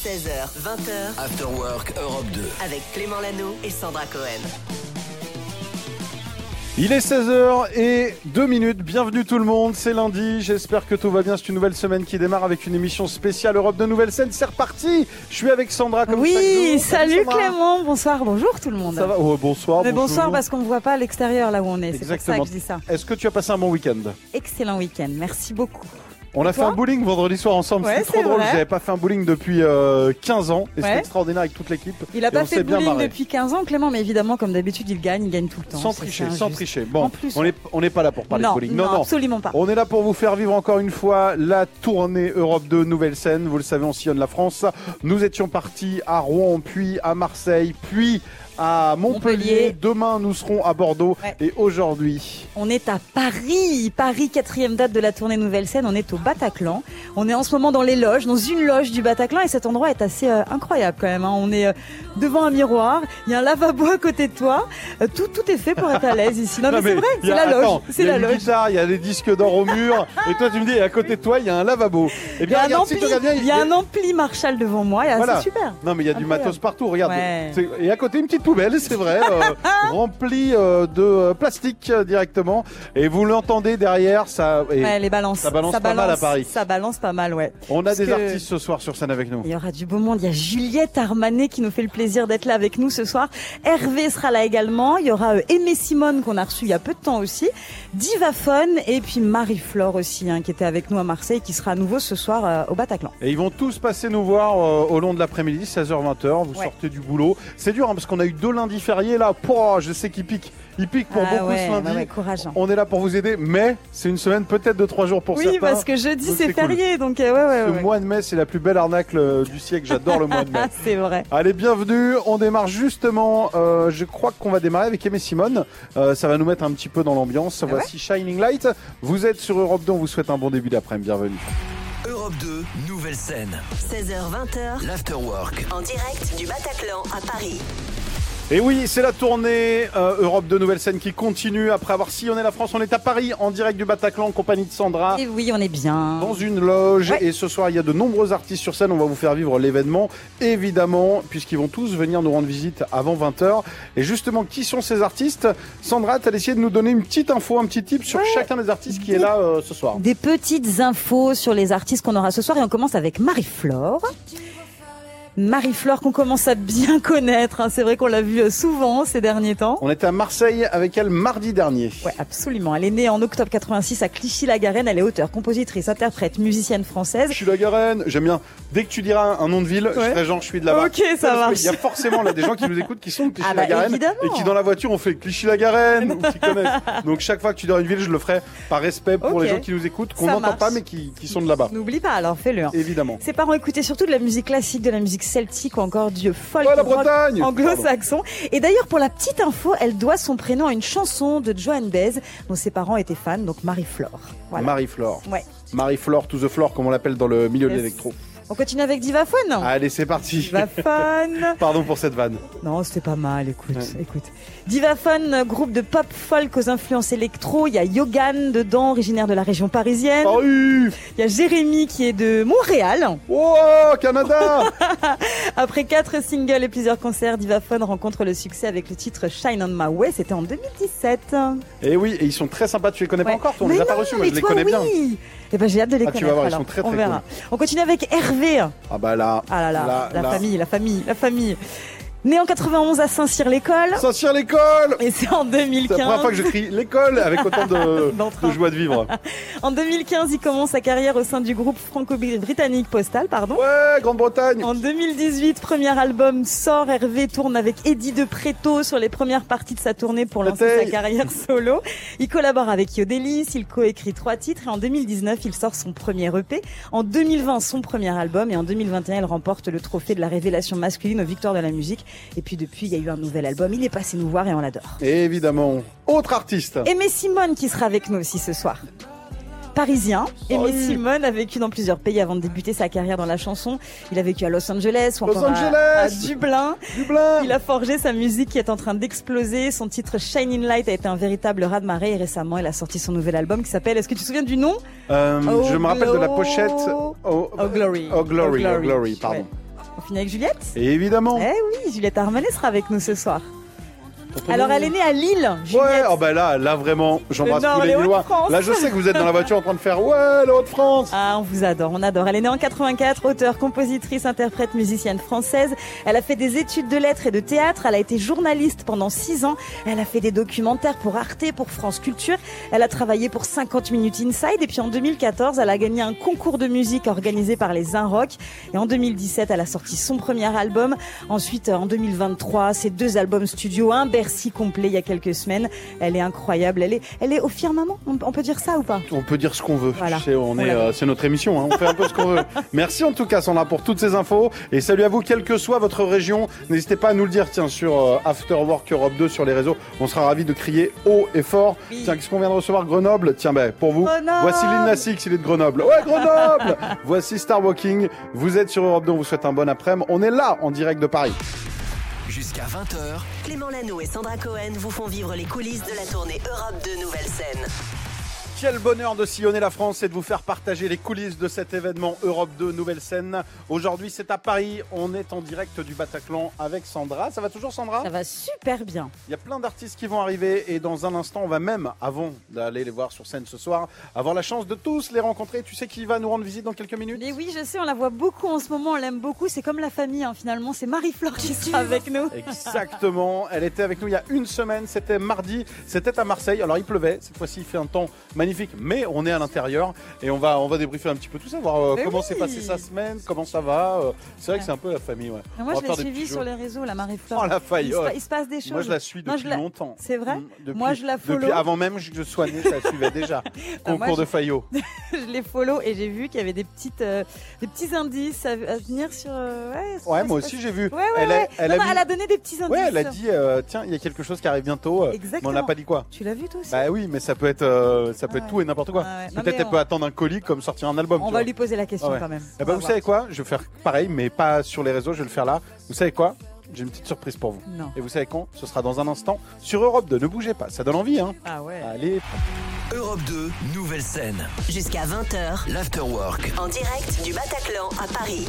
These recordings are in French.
16h, 20h. After Work Europe 2. Avec Clément Lanoux et Sandra Cohen. Il est 16h02, bienvenue tout le monde, c'est lundi, j'espère que tout va bien, c'est une nouvelle semaine qui démarre avec une émission spéciale Europe de Nouvelle Scène, c'est reparti. Je suis avec Sandra comme chaque jour. Oui, salut Clément, bonsoir, bonjour tout le monde. Ça va? Bonsoir. Mais bonjour. bonsoir parce qu'on ne voit pas à l'extérieur là où on est, c'est pour ça que je dis ça. Est-ce que tu as passé un bon week-end? Excellent week-end, merci beaucoup. On a fait un bowling vendredi soir ensemble, ouais, c'était trop drôle, vrai. j'avais pas fait un bowling depuis 15 ans et c'était extraordinaire avec toute l'équipe. Il a pas fait bowling depuis 15 ans Clément, mais évidemment comme d'habitude il gagne tout le temps. Sans tricher. Bon, plus, on n'est pas là pour parler de bowling. Non, absolument pas. On est là pour vous faire vivre encore une fois la tournée Europe 2 Nouvelle Scène. Vous le savez, on sillonne la France. Nous étions partis à Rouen, puis à Marseille, puis à Montpellier. Demain, nous serons à Bordeaux. Ouais. Et aujourd'hui, on est à Paris. Paris, 4e date de la tournée Nouvelle Scène. On est au Bataclan. On est en ce moment dans les loges, dans une loge du Bataclan. Et cet endroit est assez incroyable quand même. On est devant un miroir. Il y a un lavabo à côté de toi. Tout est fait pour être à l'aise ici. Non, mais c'est vrai, c'est la loge. C'est la loge. Il y a une guitare, il y a des disques d'or au mur. Et toi, tu me dis, à côté de toi, il y a un lavabo. Eh bien, il y a un ampli Marshall devant moi. Voilà. C'est super. Non, mais il y a du matos partout. Regarde. Ouais. Et à côté, une petite poubelle, c'est vrai, remplie de plastique directement. Et vous l'entendez derrière, ça. Les balances. Ça balance pas mal à Paris. Ça balance pas mal, ouais. On a des artistes ce soir sur scène avec nous. Il y aura du beau monde. Il y a Juliette Armanet qui nous fait le plaisir d'être là avec nous ce soir. Hervé sera là également. Il y aura Aimé Simone qu'on a reçu il y a peu de temps aussi. Divaphone et puis Marie-Flore aussi, qui était avec nous à Marseille, qui sera à nouveau ce soir au Bataclan. Et ils vont tous passer nous voir au long de l'après-midi, 16h-20h. Vous sortez du boulot. C'est dur parce qu'on a eu 2 lundis fériés là. Je sais qu'ils piquent. Il pique pour beaucoup ce lundi. Courage. On est là pour vous aider, mais c'est une semaine peut-être de 3 jours pour certains. Oui, parce que jeudi c'est férié, cool. Ce mois de mai, c'est la plus belle arnaque du siècle. J'adore le mois de mai. C'est vrai. Allez, bienvenue. On démarre justement. Je crois qu'on va démarrer avec Aimé Simone. Ça va nous mettre un petit peu dans l'ambiance. Voici Shining Light. Vous êtes sur Europe 2. On vous souhaite un bon début d'après-midi. Bienvenue. Europe 2, Nouvelle Scène. 16h-20h. L'Afterwork. En direct du Bataclan à Paris. Et oui, c'est la tournée Europe de Nouvelle Scène qui continue. Après avoir sillonné la France, on est à Paris en direct du Bataclan en compagnie de Sandra. Et oui, on est bien. Dans une loge. Et ce soir, il y a de nombreux artistes sur scène. On va vous faire vivre l'événement, évidemment, puisqu'ils vont tous venir nous rendre visite avant 20h. Et justement, qui sont ces artistes? Sandra, tu as essayé de nous donner une petite info, un petit tip sur chacun des artistes qui est là ce soir. Des petites infos sur les artistes qu'on aura ce soir. Et on commence avec Marie-Flore. Marie-Flore qu'on commence à bien connaître, c'est vrai qu'on l'a vue souvent ces derniers temps. On était à Marseille avec elle mardi dernier. Ouais, absolument. Elle est née en octobre 86 à Clichy-la-Garenne. Elle est auteure, compositrice, interprète, musicienne française. Clichy-la-Garenne, j'aime bien. Dès que tu diras un nom de ville, je ferai genre je suis de là-bas. Ok, ça marche. Il y a forcément là des gens qui nous écoutent qui sont de Clichy-la-Garenne et qui dans la voiture ont fait Clichy-la-Garenne ou qui connaissent. Donc chaque fois que tu diras une ville, je le ferai par respect pour les gens qui nous écoutent, qu'on n'entend pas mais qui sont de là-bas. N'oublie pas, alors fais-le. Évidemment. Ses parents écoutaient surtout de la musique classique, de la musique celtique ou encore du folk la Bretagne anglo-saxon. Et d'ailleurs, pour la petite info, elle doit son prénom à une chanson de Joan Baez dont ses parents étaient fans, donc Marie-Flore. Voilà. Marie-Flore. Ouais. Marie-Flore to the floor, comme on l'appelle dans le milieu de l'électro. On continue avec Divaphone. Allez, c'est parti. Divaphone. Pardon pour cette vanne. Non, c'était pas mal, écoute. Divaphone, groupe de pop folk aux influences électro. Il y a Yogan dedans, originaire de la région parisienne. Il y a Jérémy qui est de Montréal. Oh, Canada. Après 4 singles et plusieurs concerts, Divaphone rencontre le succès avec le titre Shine on My Way. C'était en 2017. Et oui, et ils sont très sympas. Tu les connais pas encore, toi? On les a pas reçus, moi je les connais bien. Eh ben, j'ai hâte de les connaître. Tu vas voir, alors. ils sont très On verra. Cool. On continue avec Hervé. Ah bah là. Ah là là, la famille. Né en 91 à Saint-Cyr-l'École. Saint-Cyr-l'École. Et c'est en 2015. C'est la première fois que je crie l'école avec autant de joie de vivre. En 2015, il commence sa carrière au sein du groupe franco-britannique Postal, Ouais, Grande-Bretagne. En 2018, premier album sort. Hervé tourne avec Eddie de Pretto sur les premières parties de sa tournée pour lancer sa carrière solo. Il collabore avec Yodelis, il coécrit 3 titres et en 2019, il sort son premier EP. En 2020, son premier album et en 2021, il remporte le trophée de la révélation masculine aux Victoires de la musique. Et puis depuis, il y a eu un nouvel album. Il est passé nous voir et on l'adore. Évidemment. Autre artiste. Aimé Simone qui sera avec nous aussi ce soir. Parisien, Aimé Simone a vécu dans plusieurs pays avant de débuter sa carrière dans la chanson. Il a vécu à Los Angeles ou encore à Dublin. Il a forgé sa musique qui est en train d'exploser. Son titre Shining Light a été un véritable raz-de-marée et récemment il a sorti son nouvel album qui s'appelle, est-ce que tu te souviens du nom? Je me rappelle de la pochette. Oh Glory. Oh Glory, pardon. Ouais. On finit avec Juliette. Et évidemment. Eh oui, Juliette Armanet sera avec nous ce soir. Alors elle est née à Lille, Juliette. Ouais, oh bah là vraiment, j'embrasse Le Nord, tous les les Lillois. Hauts-de-France. Là, je sais que vous êtes dans la voiture en train de faire ouais, la Haute-France. Ah, on vous adore, on adore. Elle est née en 84, auteure, compositrice, interprète, musicienne française. Elle a fait des études de lettres et de théâtre. Elle a été journaliste pendant 6 ans. Elle a fait des documentaires pour Arte, pour France Culture. Elle a travaillé pour 50 Minutes Inside. Et puis en 2014, elle a gagné un concours de musique organisé par les Inrock. Et en 2017, elle a sorti son premier album. Ensuite, en 2023, ses 2 albums studio, un Bercy complet il y a quelques semaines. Elle est incroyable. Elle est au firmament. On peut dire ça ou pas? On peut dire ce qu'on veut. Voilà. Tu sais, c'est notre émission. Hein. On fait un peu ce qu'on veut. Merci en tout cas, Sandra, pour toutes ces infos. Et salut à vous, quelle que soit votre région. N'hésitez pas à nous le dire. Tiens, sur After Work Europe 2 sur les réseaux, on sera ravis de crier haut et fort. Oui. Tiens, qu'est-ce qu'on vient de recevoir? Grenoble. Tiens, pour vous, Grenoble. voici Lil Nas X, il est de Grenoble. Ouais, Grenoble. Voici Star Walking. Vous êtes sur Europe 2. On vous souhaite un bon après-midi. On est là en direct de Paris. Jusqu'à 20h, Clément Lano et Sandra Cohen vous font vivre les coulisses de la tournée Europe 2 Nouvelle Scène. Quel bonheur de sillonner la France et de vous faire partager les coulisses de cet événement Europe 2 Nouvelle Scène. Aujourd'hui, c'est à Paris. On est en direct du Bataclan avec Sandra. Ça va toujours, Sandra? Ça va super bien. Il y a plein d'artistes qui vont arriver et dans un instant, on va même, avant d'aller les voir sur scène ce soir, avoir la chance de tous les rencontrer. Tu sais qui va nous rendre visite dans quelques minutes? Mais oui, je sais, on la voit beaucoup en ce moment, on l'aime beaucoup. C'est comme la famille, hein, finalement. C'est Marie-Flore qui sera avec nous. Exactement. Elle était avec nous il y a une semaine. C'était mardi. C'était à Marseille. Alors, il pleuvait. Cette fois-ci, il fait un temps magnifique, mais on est à l'intérieur et on va débriefer un petit peu tout ça, voir comment s'est passée sa semaine, comment ça va. C'est vrai que c'est un peu la famille. Ouais. Moi, je l'ai suivie sur les réseaux, la Marie-Flore. Oh, la faille. Il se passe des choses. Moi, je la suis depuis longtemps. C'est vrai? Depuis, moi, je la follow. Depuis avant même que je sois né, je la suivais déjà. Concours de Fayot. Je les follow et j'ai vu qu'il y avait des petits indices à venir sur. Ouais, moi aussi j'ai vu. Elle a donné des petits indices. Ouais, elle a dit tiens, il y a quelque chose qui arrive bientôt. Exactement. Mais on n'a pas dit quoi. Tu l'as vu toi aussi? Bah oui, mais ça peut être tout et n'importe quoi. Peut-être elle peut attendre un colis comme sortir un album. On va lui poser la question quand même. Eh ben, vous savez quoi? Je vais faire pareil, mais pas sur les réseaux. Je vais le faire là. Vous savez quoi? J'ai une petite surprise pour vous. Non. Et vous savez quand? Ce sera dans un instant sur Europe 2. Ne bougez pas, ça donne envie, hein. Ah ouais. Allez. Europe 2 Nouvelle Scène. Jusqu'à 20h, L'Afterwork. en direct du Bataclan à Paris.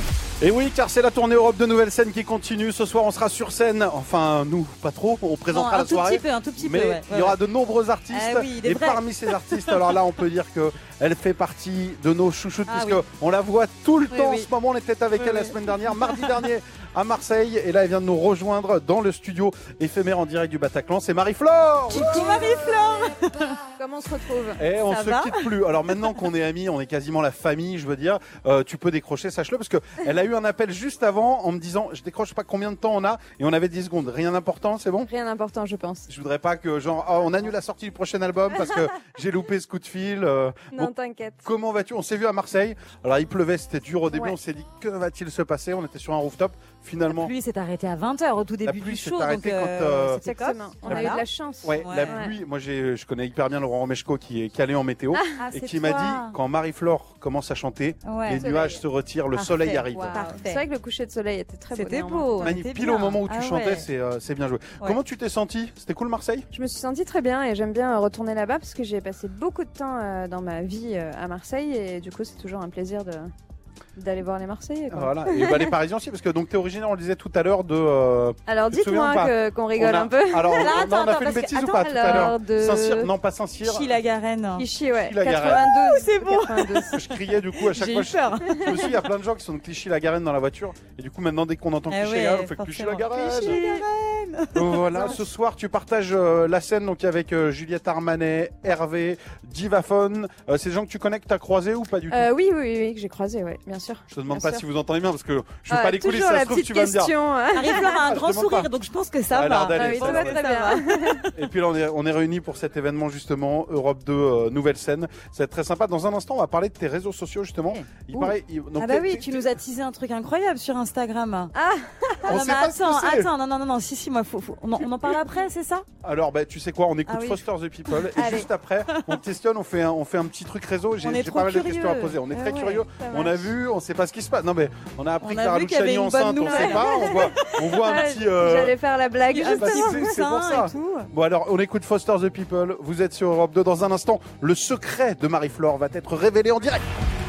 Et oui, car c'est la tournée Europe de Nouvelle Scène qui continue. Ce soir, on sera sur scène. Enfin, nous, pas trop. On présentera la soirée. Un tout petit peu, mais il y aura de nombreux artistes. Et vrais. parmi ces artistes, alors là, on peut dire qu'elle fait partie de nos chouchoutes, puisque on la voit tout le temps en ce moment. On était avec elle la semaine dernière, mardi dernier, à Marseille. Et là, elle vient de nous rejoindre dans le studio éphémère en direct du Bataclan. C'est Marie-Flore. Coucou Marie-Flore. Comment on se retrouve? Et on se quitte plus. Alors maintenant qu'on est amis, on est quasiment la famille, je veux dire. Tu peux décrocher, sache-le, parce que elle a eu un appel juste avant en me disant, je décroche pas combien de temps on a, et on avait 10 secondes. Rien d'important, c'est bon? Rien d'important, je pense. Je voudrais pas que on annule la sortie du prochain album parce que j'ai loupé ce coup de fil. Non, t'inquiète. Comment vas-tu? On s'est vu à Marseille. Alors il pleuvait, c'était dur au début. Ouais. On s'est dit, que va-t-il se passer? On était sur un rooftop. Finalement, La pluie s'est arrêtée à 20h au tout début pluie du s'est show. arrêtée donc, quand, c'était Exactement. On a Voilà. eu de la chance. ouais, Ouais. la pluie. Moi, je connais hyper bien Laurent Romeshko qui est calé en météo Ah, et c'est qui m'a toi. dit, quand Marie-Flore commence à chanter, Ouais. les nuages se retirent, le Parfait. soleil arrive. Waouh. Parfait. C'est vrai que le coucher de soleil était très beau. C'était néanmoins. beau. Magnifique. C'était Pile bien. au moment où tu Ah chantais, ouais. c'est bien joué. Ouais. Comment tu t'es senti? C'était cool Marseille? Je me suis sentie très bien et j'aime bien retourner là-bas parce que j'ai passé beaucoup de temps dans ma vie à Marseille et du coup c'est toujours un plaisir d'aller voir les Marseillais. Quoi. Voilà. Et les Parisiens aussi, parce que donc t'es originaire, on le disait tout à l'heure de. Alors Tu te souviens ou dites-moi pas qu'on rigole un peu. Alors Là, on a attends, fait une parce que- bêtise ou attends, pas tout à l'heure? alors de- Saint-Cyr, non pas Saint-Cyr. Chila-Garenne. Clichy, ouais. Clichy-la-Garenne. 92. C'est bon. 92. Je criais du coup à chaque J'ai fois. eu peur. Je me suis, il y a plein de gens qui sont de Clichy-la-Garenne dans la voiture. Et du coup, maintenant, dès qu'on entend Eh Clichy-la-Garenne, ouais, on fait forcément. Clichy-la-Garenne. Clichy-la-Garenne. Donc voilà, ce soir, tu partages la scène donc avec Juliette Armanet, Hervé, Divaphone. C'est des gens que tu connais, que tu as croisés ou pas du tout? Oui, que j'ai croisé, ouais, bien sûr. Je te demande bien pas sûr. si vous entendez bien parce que je veux pas les coulisses, toujours ça la se trouve, petite tu vas me dire. question. Marie-Flore a un Je grand demande sourire, pas. donc je pense que Ça ça a l'air va. d'aller, Ah oui, ça tout va. va très bien. Et puis là, on est réunis pour cet événement justement, Europe 2 Nouvelle Scène. Ça va être très sympa. Dans un instant, on va parler de tes réseaux sociaux justement. Il Ouh. paraît. Donc Ah bah oui, tu nous as teasé un truc incroyable sur Instagram. On non, sait mais pas ce que c'est. attends, non, si, moi, on en parle après, c'est ça? Alors, tu sais quoi, on écoute Ah oui. Foster the People et Allez. juste après, on te questionne, on fait un petit truc réseau. J'ai On est pas trop mal de questions à curieux. poser. On est Ah très ouais, curieux. ça On a vu, on sait pas ce qui se passe. Non mais on a appris On que a Clara vu qu'il y avait Luciani une bonne enceinte, on sait nouvelle. pas. On voit un Ouais, petit. J'allais faire la blague. Il y a un juste bah, petit un peu. c'est pour coussin ça. et tout. Bon alors, on écoute Foster the People. Vous êtes sur Europe 2 dans un instant. Le secret de Marie-Flore va être révélé en direct. Europe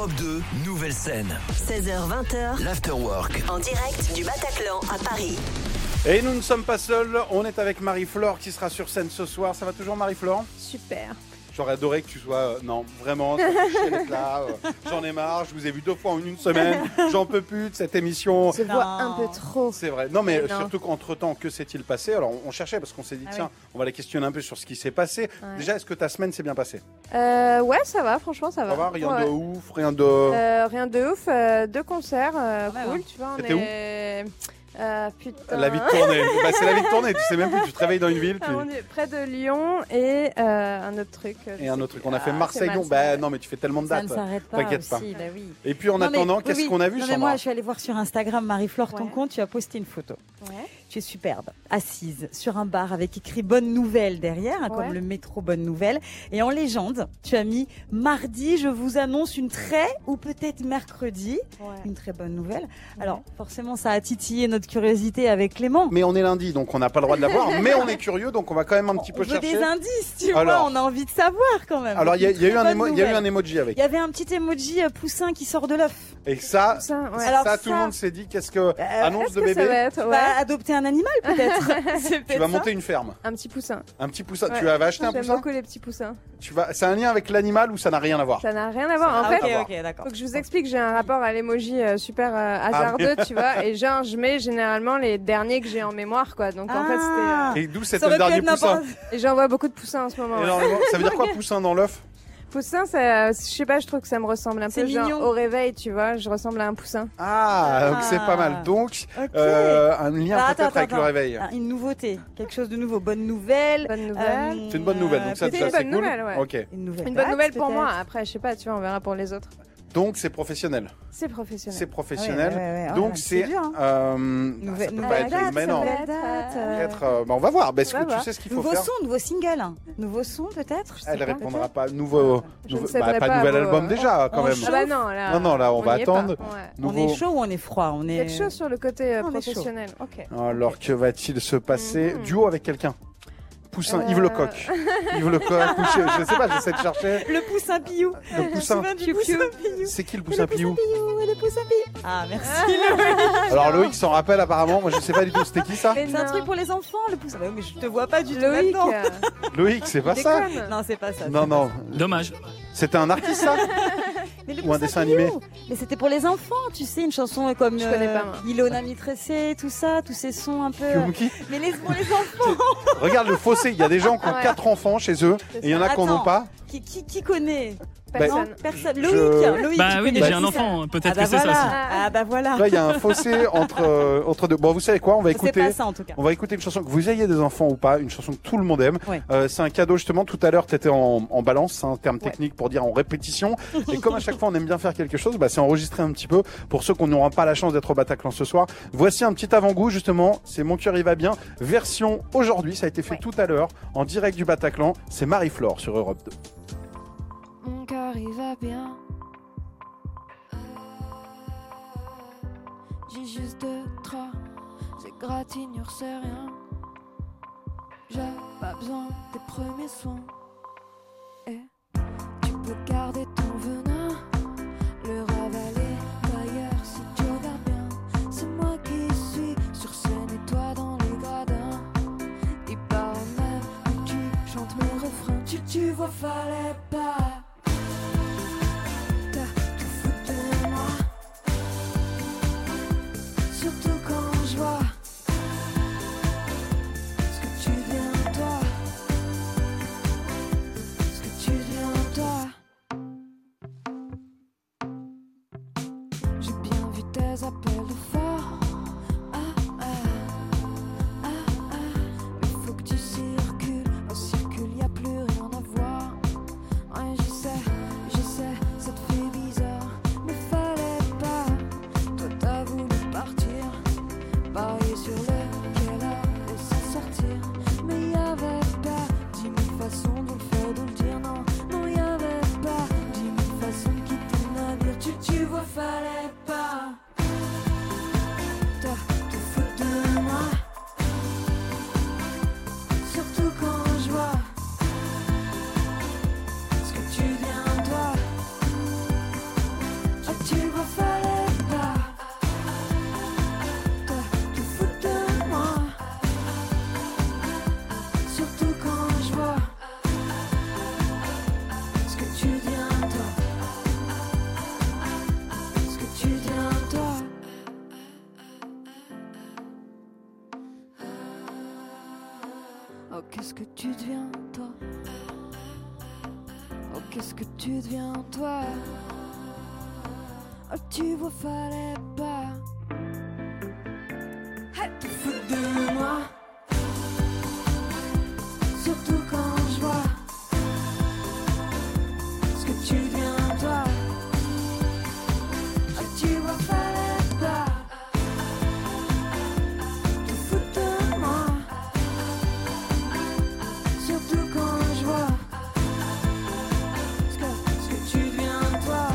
Europe 2, nouvelle scène. 16h-20h, L'Afterwork. en direct du Bataclan à Paris. Et nous ne sommes pas seuls, on est avec Marie-Flore qui sera sur scène ce soir. Ça va toujours Marie-Flore ? Super. J'aurais adoré que tu sois... non, vraiment, ça fait chier d'être là. J'en ai marre, je vous ai vu 2 fois en une semaine. J'en peux plus de cette émission. Je vois un peu trop. C'est vrai. Non, mais Non. surtout qu'entre-temps, que s'est-il passé ? Alors, on cherchait parce qu'on s'est dit, Ah tiens, oui. on va la questionner un peu sur ce qui s'est passé. Ouais. Déjà, est-ce que ta semaine s'est bien passée ? Ouais, ça va, franchement, ça va. Ça va ? Rien Ouais. de ouf, rien de... Rien de ouf, 2 concerts, cool, tu vois. C'était où ? Putain. La vie de tournée. Bah, c'est la vie de tournée, tu sais même plus, tu te réveilles dans une ville. Ah, on est près de Lyon et un autre truc. Et un autre truc. On a fait Ah, Marseille-Lyon. c'est Bah mal, non, mais tu fais tellement de Ça dates. ne s'arrête pas T'inquiète aussi, pas. bah oui. Et puis en Non, mais- attendant, oui, qu'est-ce oui. qu'on a vu, Non, mais Sandra ? moi, je suis allée voir sur Instagram, Marie-Flore, ton Ouais. compte, tu as posté une photo. Ouais. Tu es superbe, assise sur un bar avec écrit Bonne Nouvelle derrière, hein, Ouais. comme le métro Bonne Nouvelle. Et en légende, tu as mis mardi, je vous annonce une très, ou peut-être mercredi, une très bonne nouvelle. Alors, forcément, ça a titillé notre curiosité avec Clément. Mais on est lundi, donc on n'a pas le droit de la voir. Mais on est curieux, donc on va quand même un petit On peu veut chercher. des indices, tu Alors. vois, on a envie de savoir quand même. Alors il y a Une eu très un bonne il y a eu nouvelle. un emoji avec. Il y avait un petit emoji poussin qui sort de l'œuf. Et ça, Ça, ouais. Alors ça, tout le ça- monde s'est dit qu'est-ce que annonce Est-ce de que ça bébé. va être Tu ouais. vas adopter un animal peut-être. C'est Tu peut-être vas ça. monter une ferme, Un petit poussin. un petit poussin. Ouais. Tu avais acheté un J'aime poussin. beaucoup les petits poussins. C'est un lien avec l'animal ou ça n'a rien à voir? Ça n'a rien à voir. En Ah, fait, ok, voir. ok, d'accord. faut que je vous explique, j'ai un rapport à l'emoji super hasardeux, tu vois, et genre je mets généralement les derniers que j'ai en mémoire, quoi. Donc en fait, Ah. Et d'où c'est Ça le aurait pu dernier être poussin? n'importe- et j'en vois beaucoup de poussins en ce moment. ouais. Énormément. Ça veut dire quoi poussin dans l'œuf? Poussin, ça, je sais pas, je trouve que ça me ressemble un C'est peu, genre mignon. au réveil, tu vois, je ressemble à un poussin. Ah, donc c'est pas mal. Donc Ok. un lien Ah, peut-être avec attends. le réveil. Ah, une nouveauté, quelque chose de nouveau, bonne nouvelle. Bonne nouvelle. C'est une bonne nouvelle. Donc ça c'est déjà une c'est bonne cool. nouvelle, ouais. Ok. Une nouvelle, Une bonne date, nouvelle pour peut-être. moi. Après, je sais pas, tu vois, on verra pour les autres. Donc c'est professionnel. C'est professionnel. C'est professionnel. Ouais, Donc ouais, c'est dur, hein. ça Nouvelle- peut nouvelle pas être date, mais ça non. peut Nouvelle date, Bah, on va voir. Bah, est-ce On va que tu voir. sais ce qu'il faut Nouveau faire? son, nouveau single. Nouveau son peut-être. je sais Elle pas. répondra pas. Nouveau, Je ne nouveau- céderai pas pas à nouvel vos, album déjà quand on même. chauffe. Ah bah non, là. Non, là, on va y est pas. attendre. Ouais. On Nouveau- est chaud ou on est froid? On Vous est êtes chaud sur le côté On est chaud. professionnel. Ok. Alors que va-t-il se passer? Mhm. Duo avec quelqu'un? Poussin, Yves Lecoq. Yves Lecoq, ou je sais pas, j'essaie de chercher. le poussin Piou. Le poussin. Du poussin Piou. C'est qui le poussin Piou? Le poussin Piou. Ah merci. Alors Loïc s'en rappelle apparemment, moi je sais pas du tout, c'était qui ça? Mais C'est un non. truc pour les enfants, le poussin. Bah oui, mais je te vois pas du tout Loïc, maintenant. Loïc, c'est pas ça? déconne. Non, c'est pas ça. Non, non, Dommage. c'était un artiste ça? Mais le Ou un poussin dessin Piou. animé. Mais c'était pour les enfants, tu sais, une chanson comme Je connais pas, moi. Ilona Mitressé, tout ça, tous ces sons un peu. Piouki. Mais pour les enfants. Regarde le fossé, il y a des gens qui ont Ouais. 4 enfants chez eux, et il y en a qui en ont Attends. pas. Qui connaît? Personne. Non, personne. Je- Loïc, Bah tu oui, connais j'ai pas un ça. enfant, peut-être Ah bah que c'est ça voilà. aussi. Ah bah voilà. Là, il y a un fossé entre deux. Bon, vous savez quoi? On va C'est écouter. pas ça en tout cas. On va écouter une chanson que vous ayez des enfants ou pas, une chanson que tout le monde aime. Ouais. C'est un cadeau justement. Tout à l'heure, tu étais en balance, c'est un terme technique pour dire en répétition. Et comme à chaque fois, on aime bien faire quelque chose, bah, c'est enregistrer un petit peu pour ceux qui n'auront pas la chance d'être au Bataclan ce soir. Voici un petit avant-goût justement. C'est Mon cœur y va bien. Version aujourd'hui, ça a été fait Ouais. tout à l'heure en direct du Bataclan. C'est Marie-Flore sur Europe 2. Mon cœur il va bien. J'ai juste 2-3 égratignures, c'est rien. J'ai pas besoin des premiers soins. Et tu peux garder ton venin, le ravaler ailleurs si tu regardes bien. C'est moi qui suis sur scène et toi dans les gradins. Il paraît même que tu chantes mes refrains. Tu vois, fallait pas. T'as tout foutu de moi. Surtout quand je vois ce que tu deviens toi. Ce que tu deviens toi. J'ai bien vu tes appels de fort. Ah ah, ah ah. Mais faut que tu circules. Au circule, y a plus rien à voir. Ouais, je sais, ça te fait bizarre. Mais fallait pas. Toi t'as voulu partir, parier sur lequel allait s'en sortir. Mais y'avait pas 10 000 façons de le faire, de le dire. Non, non, y'avait pas 10 000 façons de quitter le navire. Tu vois, fallait pas. Oh, qu'est-ce que tu deviens, toi? Oh, qu'est-ce que tu deviens, toi? Oh, tu vois, fallait pas te foutre de moi. Surtout quand je vois ce que tu deviens, toi. Oh, tu vois, fallait pas te foutre de moi. Surtout quand je vois ce que tu deviens, toi.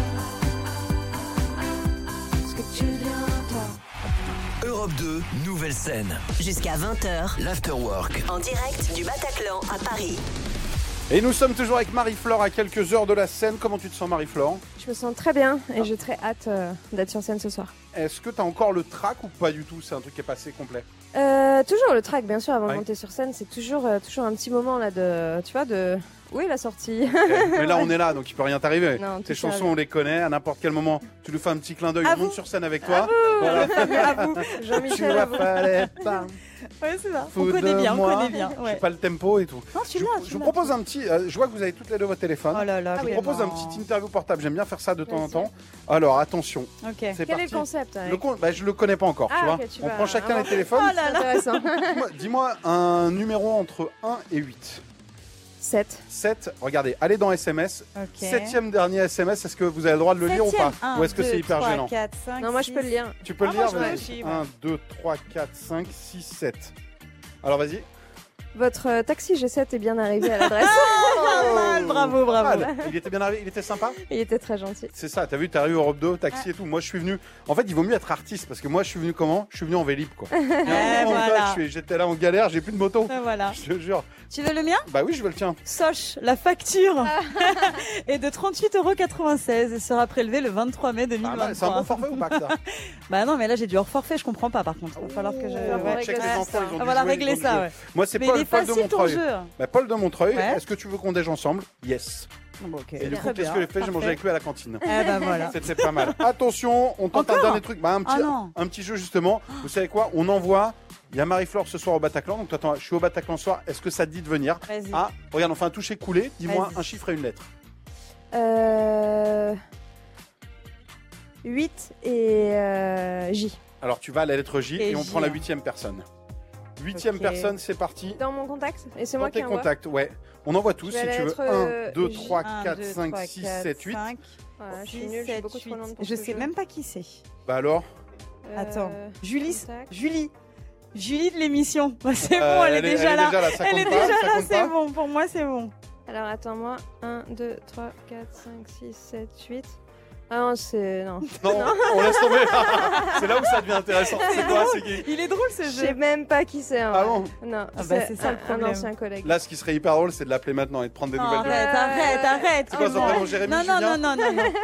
Ce que tu deviens, toi. Europe 2, nouvelle scène. Jusqu'à 20h, L'Afterwork. en direct du Bataclan à Paris. Et nous sommes toujours avec Marie-Flore à quelques heures de la scène. Comment tu te sens, Marie-Flore? Je me sens très bien et j'ai très hâte d'être sur scène ce soir. Est-ce que tu as encore le track ou pas du tout? C'est un truc qui est passé complet. Toujours le track, bien sûr, avant Ouais. de monter sur scène, c'est toujours un petit moment là de, tu vois, de où est la sortie. Mais là, on est là, donc il peut rien t'arriver. Non, Tes tout ça, chansons, on les connaît. À n'importe quel moment, tu nous fais un petit clin d'œil. À On monte vous. sur scène avec toi. Le fameux à vous. Tu Jean-Michel, vois, à vous. fallait pas. Ouais, c'est ça. Fous On connaît de bien, moi. on connaît bien. Je Ouais. sais pas le tempo et tout. Non, Je, celui-là, je vous propose un petit. Je vois que vous avez toutes les deux votre téléphone. Oh là là, Je vous Clément. propose un petit interview portable. J'aime bien faire ça de temps en Vas-y. temps. Alors attention, Ok. c'est Quel parti. est le concept Je le connais pas encore, tu Ah, vois. ok, tu On vas prend chacun les inventer. téléphones. Oh là C'est là. intéressant. Dis-moi un numéro entre 1 et 8. 7. 7, regardez, allez dans SMS. Ok. 7e dernier SMS, est-ce que vous avez le droit de le lire ou pas? Ou est-ce que c'est hyper gênant? 4, 5, Non, moi je peux le lire. Tu peux le Ah, moi, lire, je peux vas-y. aussi, 1, 2, 3, 4, 5, 6, 7. Alors vas-y. Votre taxi G7 est bien arrivé à l'adresse. Pas mal, bravo, Pas bravo. mal. Il était bien arrivé, il était sympa. Il était très gentil. C'est ça, t'as vu, t'as eu Europe 2, taxi et tout. Moi je suis venu. En fait, il vaut mieux être artiste parce que moi je suis venu comment? Je suis venu en Vélib quoi. voilà. J'étais là en galère, j'ai plus de moto. Voilà. Je te jure. Tu veux le mien? Bah oui, je veux le tien. Soch, la facture est de 38,96 € et sera prélevée le 23 mai Ah, 2023. bah, c'est un bon forfait ou pas que ça? Bah non, mais là j'ai du hors forfait, je comprends pas par contre. Il va falloir que je. Ouais, Check les régler enfants, ça. ils ont Ah, dû voilà, jouer, régler ils ont dû ça, jouer. ouais. Moi c'est Mais il Paul est de facile ton Montreuil. jeu. Bah, Paul de Montreuil, Ouais. est-ce que tu veux qu'on déjeune ensemble? Yes. Bon, ok. Et du coup, Très qu'est-ce bien, que j'ai fait? J'ai parfait. mangé avec lui à la cantine. Eh ben voilà. C'était pas mal. Attention, on tente un Encore dernier truc. Bah, Ah non. un petit jeu justement. Vous savez quoi? On envoie. Il y a Marie-Flore ce soir au Bataclan. Donc attends, je suis au Bataclan ce soir. Est-ce que ça te dit de venir? Vas-y. Ah, regarde, on fait un toucher coulé. Dis-moi Vas-y. un chiffre et une lettre. 8 et J. Alors tu vas à la lettre J et, Et on J, prend la hein. 8e personne. 8e Ok. personne, c'est parti. Dans mon contact. Et c'est Dans moi tes qui envoie. contacts, ouais. On envoie tous Je vais si à la tu veux. lettre, 1, 2, J. 3, 1, 4, 2, 5, 3, 6, 4, 7, 8. 5, Voilà, je suis 6, nulle, j'ai 7, beaucoup trop 8. loin pour Je ce sais jeu. même pas qui c'est. Bah alors Attends. Julie, contact. Julie de l'émission. Bah, c'est bon, elle est déjà là. Ça Elle est compte pas, déjà ça là, compte c'est pas. bon. Pour moi, c'est bon. Alors attends-moi. 1, 2, 3, 4, 5, 6, 7, 8. Ah non, c'est. Non. Non, on laisse tomber. C'est là où ça devient intéressant. C'est quoi? C'est qui? Il est drôle ce Je jeu. sais même pas qui c'est. en Ah vrai. bon? Non, Ah bah, c'est ça le un problème. ancien collègue. Là, ce qui serait hyper drôle, c'est de l'appeler maintenant et de prendre des Non, nouvelles. de- arrête. C'est quoi son non. prénom? Jérémy, Non, Julien non.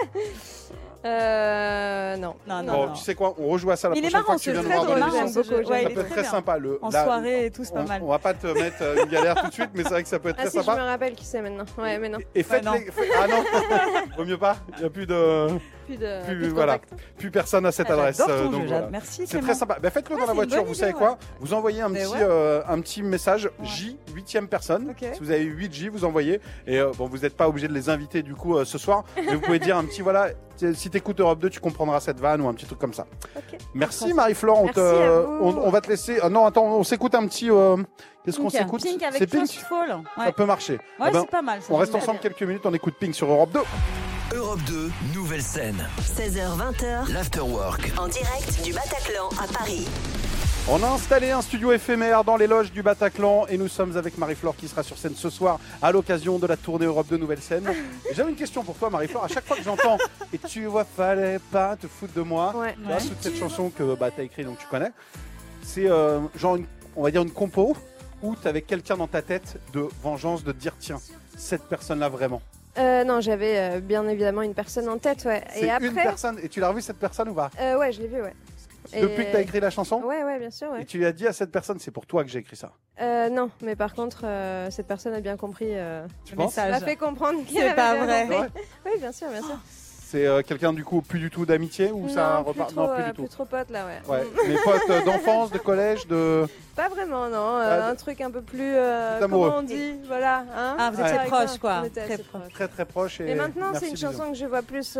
Non. Bon, tu sais quoi? On rejoue à ça la Il est prochaine fois marrant que tu ce viens jeu. nous voir dans drôle, l'émission. j'aime beaucoup, Ça Ouais, il peut est être très très bien. sympa. En soirée et tout, c'est pas mal. On va pas te mettre une galère tout de suite, mais c'est vrai que ça peut être Ah très si, je me sympa. rappelle qui c'est maintenant. Ouais, mais non. Et faites non. les. Ah non, vaut mieux pas. Il n'y a plus de. Plus de Voilà. contact. Plus personne à cette adresse. J'adore ton donc jeu, voilà. merci C'est Clément. très sympa. Bah, faites-le Ouais, dans la c'est une voiture. bonne Vous idée, savez quoi? Vous envoyez un Mais petit, ouais. un petit message J, 8e personne. Ok. Si vous avez 8 J, vous envoyez. Et bon, vous n'êtes pas obligé de les inviter du coup ce soir. Mais vous pouvez dire un petit voilà. Si t'écoutes Europe 2, tu comprendras cette vanne ou un petit truc comme ça. Ok. Merci Marie-Flore. Merci à vous. On va te laisser. Non, attends, on s'écoute un petit. Qu'est-ce qu'on s'écoute? Pink avec C'est Pink. First Fall. Ça Ouais, peut marcher. ouais Eh ben, c'est pas mal. ça. on reste J'aime ensemble bien. quelques minutes. On écoute Pink sur Europe 2. Europe 2, nouvelle scène. 16h-20h, L'Afterwork. en direct du Bataclan à Paris. On a installé un studio éphémère dans les loges du Bataclan et nous sommes avec Marie-Flore qui sera sur scène ce soir à l'occasion de la tournée Europe 2 Nouvelle Scène. Et j'avais une question pour toi Marie-Flore, à chaque fois que j'entends « Et tu vois, fallait pas te foutre de moi Ouais. Là, toute cette chanson que tu as écrite, donc tu connais, c'est genre, on va dire une compo où tu avais quelqu'un dans ta tête de vengeance, de te dire tiens, cette personne-là vraiment. Non, j'avais bien évidemment une personne en tête, ouais. C'est Et après, une personne, et tu l'as revue cette personne ou pas? ouais, je l'ai vu, ouais. Depuis que tu as écrit la chanson? Ouais, bien sûr, Et ouais. tu lui as dit à cette personne, c'est pour toi que j'ai écrit ça. Non, mais par contre, cette personne a bien compris. Tu Le penses? Elle message. m'a fait comprendre qu'elle C'est avait pas bien vrai. compris. Ouais. Oui, bien sûr, bien sûr. C'est quelqu'un du coup plus du tout d'amitié ou ça repart? Non, Plus du plus tout. trop pote là, ouais. Ouais. Mais potes d'enfance, de collège, de. Pas vraiment, non. Ah, Un truc un peu plus. amoureux. Comment on dit? Voilà. Hein. Ah, vous étiez Ouais. proches, quoi. On était Très assez proches. proches. Très très proche. Et maintenant, c'est merci, une bisous. chanson que je vois plus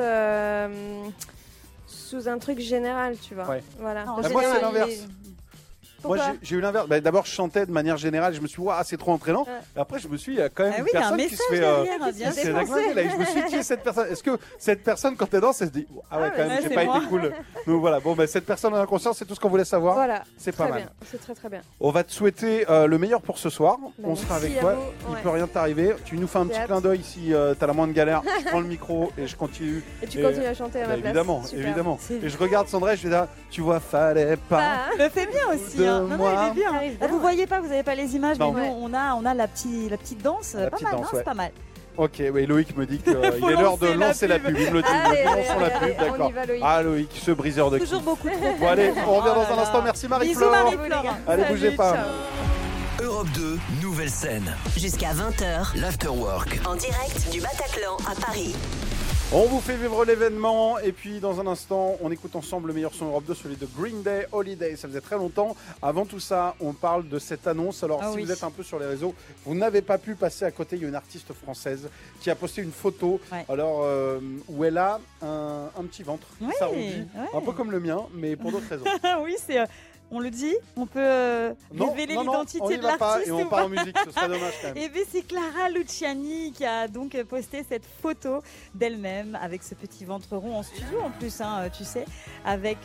sous un truc général, tu vois. Ouais. Voilà. Non, en Bah, moi, c'est général, l'inverse. Pourquoi Moi, j'ai eu l'inverse. Bah, d'abord, je chantais de manière générale. Je me suis dit, waouh, c'est trop entraînant. Ouais. Et après, je me suis dit, il y a quand même Ah une oui, il y a un personne qui se message fait. derrière, qui bien se C'est sûr. déclenché, là. Et je me suis dit, qui est cette personne? Est-ce que cette personne, quand elle danse, elle se dit, ah ouais, Ah quand ouais, même, j'ai c'est pas moi. été cool. Donc voilà, bon, bah, cette personne en a conscience, c'est tout ce qu'on voulait savoir. Voilà. C'est pas Très mal. bien. C'est très très bien. On va te souhaiter le meilleur pour ce soir. Bah, On sera merci avec à toi. vous. Il Ouais. peut rien t'arriver. Tu nous fais un J'ai petit hâte. clin d'œil si t'as la moindre galère. Je prends le micro et je continue. Et tu Et- continues à chanter à Bah, ma place. évidemment, Super. évidemment. C'est Et je regarde Sandra et je vais dire, tu vois, fallait pas. Ah, Le fait bien aussi. De Hein. Non, non, moi. il est bien. T'arrives Là, bien, vous voyez pas, vous avez pas les images, Non. mais nous, on a la petite danse. La Pas petite mal, danse, hein, ouais. c'est pas mal. Ok, oui, Loïc me dit qu'il est Faut l'heure de lancer la lancer la pub. pub. Il me le dit. Allez, Lançons la allez, pub, allez, on d'accord. y va, Loïc. Ah, Loïc, ce briseur de Toujours qui. beaucoup trop. Bon, allez, on revient Oh dans un là instant. là. Merci Bisous Marie-Flore. Marie-Flore. Allez, Salut, bougez pas. ciao. Europe 2, nouvelle scène. Jusqu'à 20h, L'Afterwork. en direct du Bataclan à Paris. On vous fait vivre l'événement et puis dans un instant, on écoute ensemble le meilleur son Europe 2, celui de Green Day, Holiday. Ça faisait très longtemps. Avant tout ça, on parle de cette annonce. Alors, Ah si oui. vous êtes un peu sur les réseaux, vous n'avez pas pu passer à côté. Il y a une artiste française qui a posté une photo Ouais. alors, où elle a un petit ventre qui Ouais, s'arrondit, ouais. un peu comme le mien, mais pour d'autres raisons. Ah oui, c'est. On le dit, on peut révéler non, l'identité on y de va pas l'artiste et on ou part pas en musique, ce serait dommage quand même. Eh bien, c'est Clara Luciani qui a donc posté cette photo d'elle-même avec ce petit ventre rond en studio en plus, hein, tu sais, avec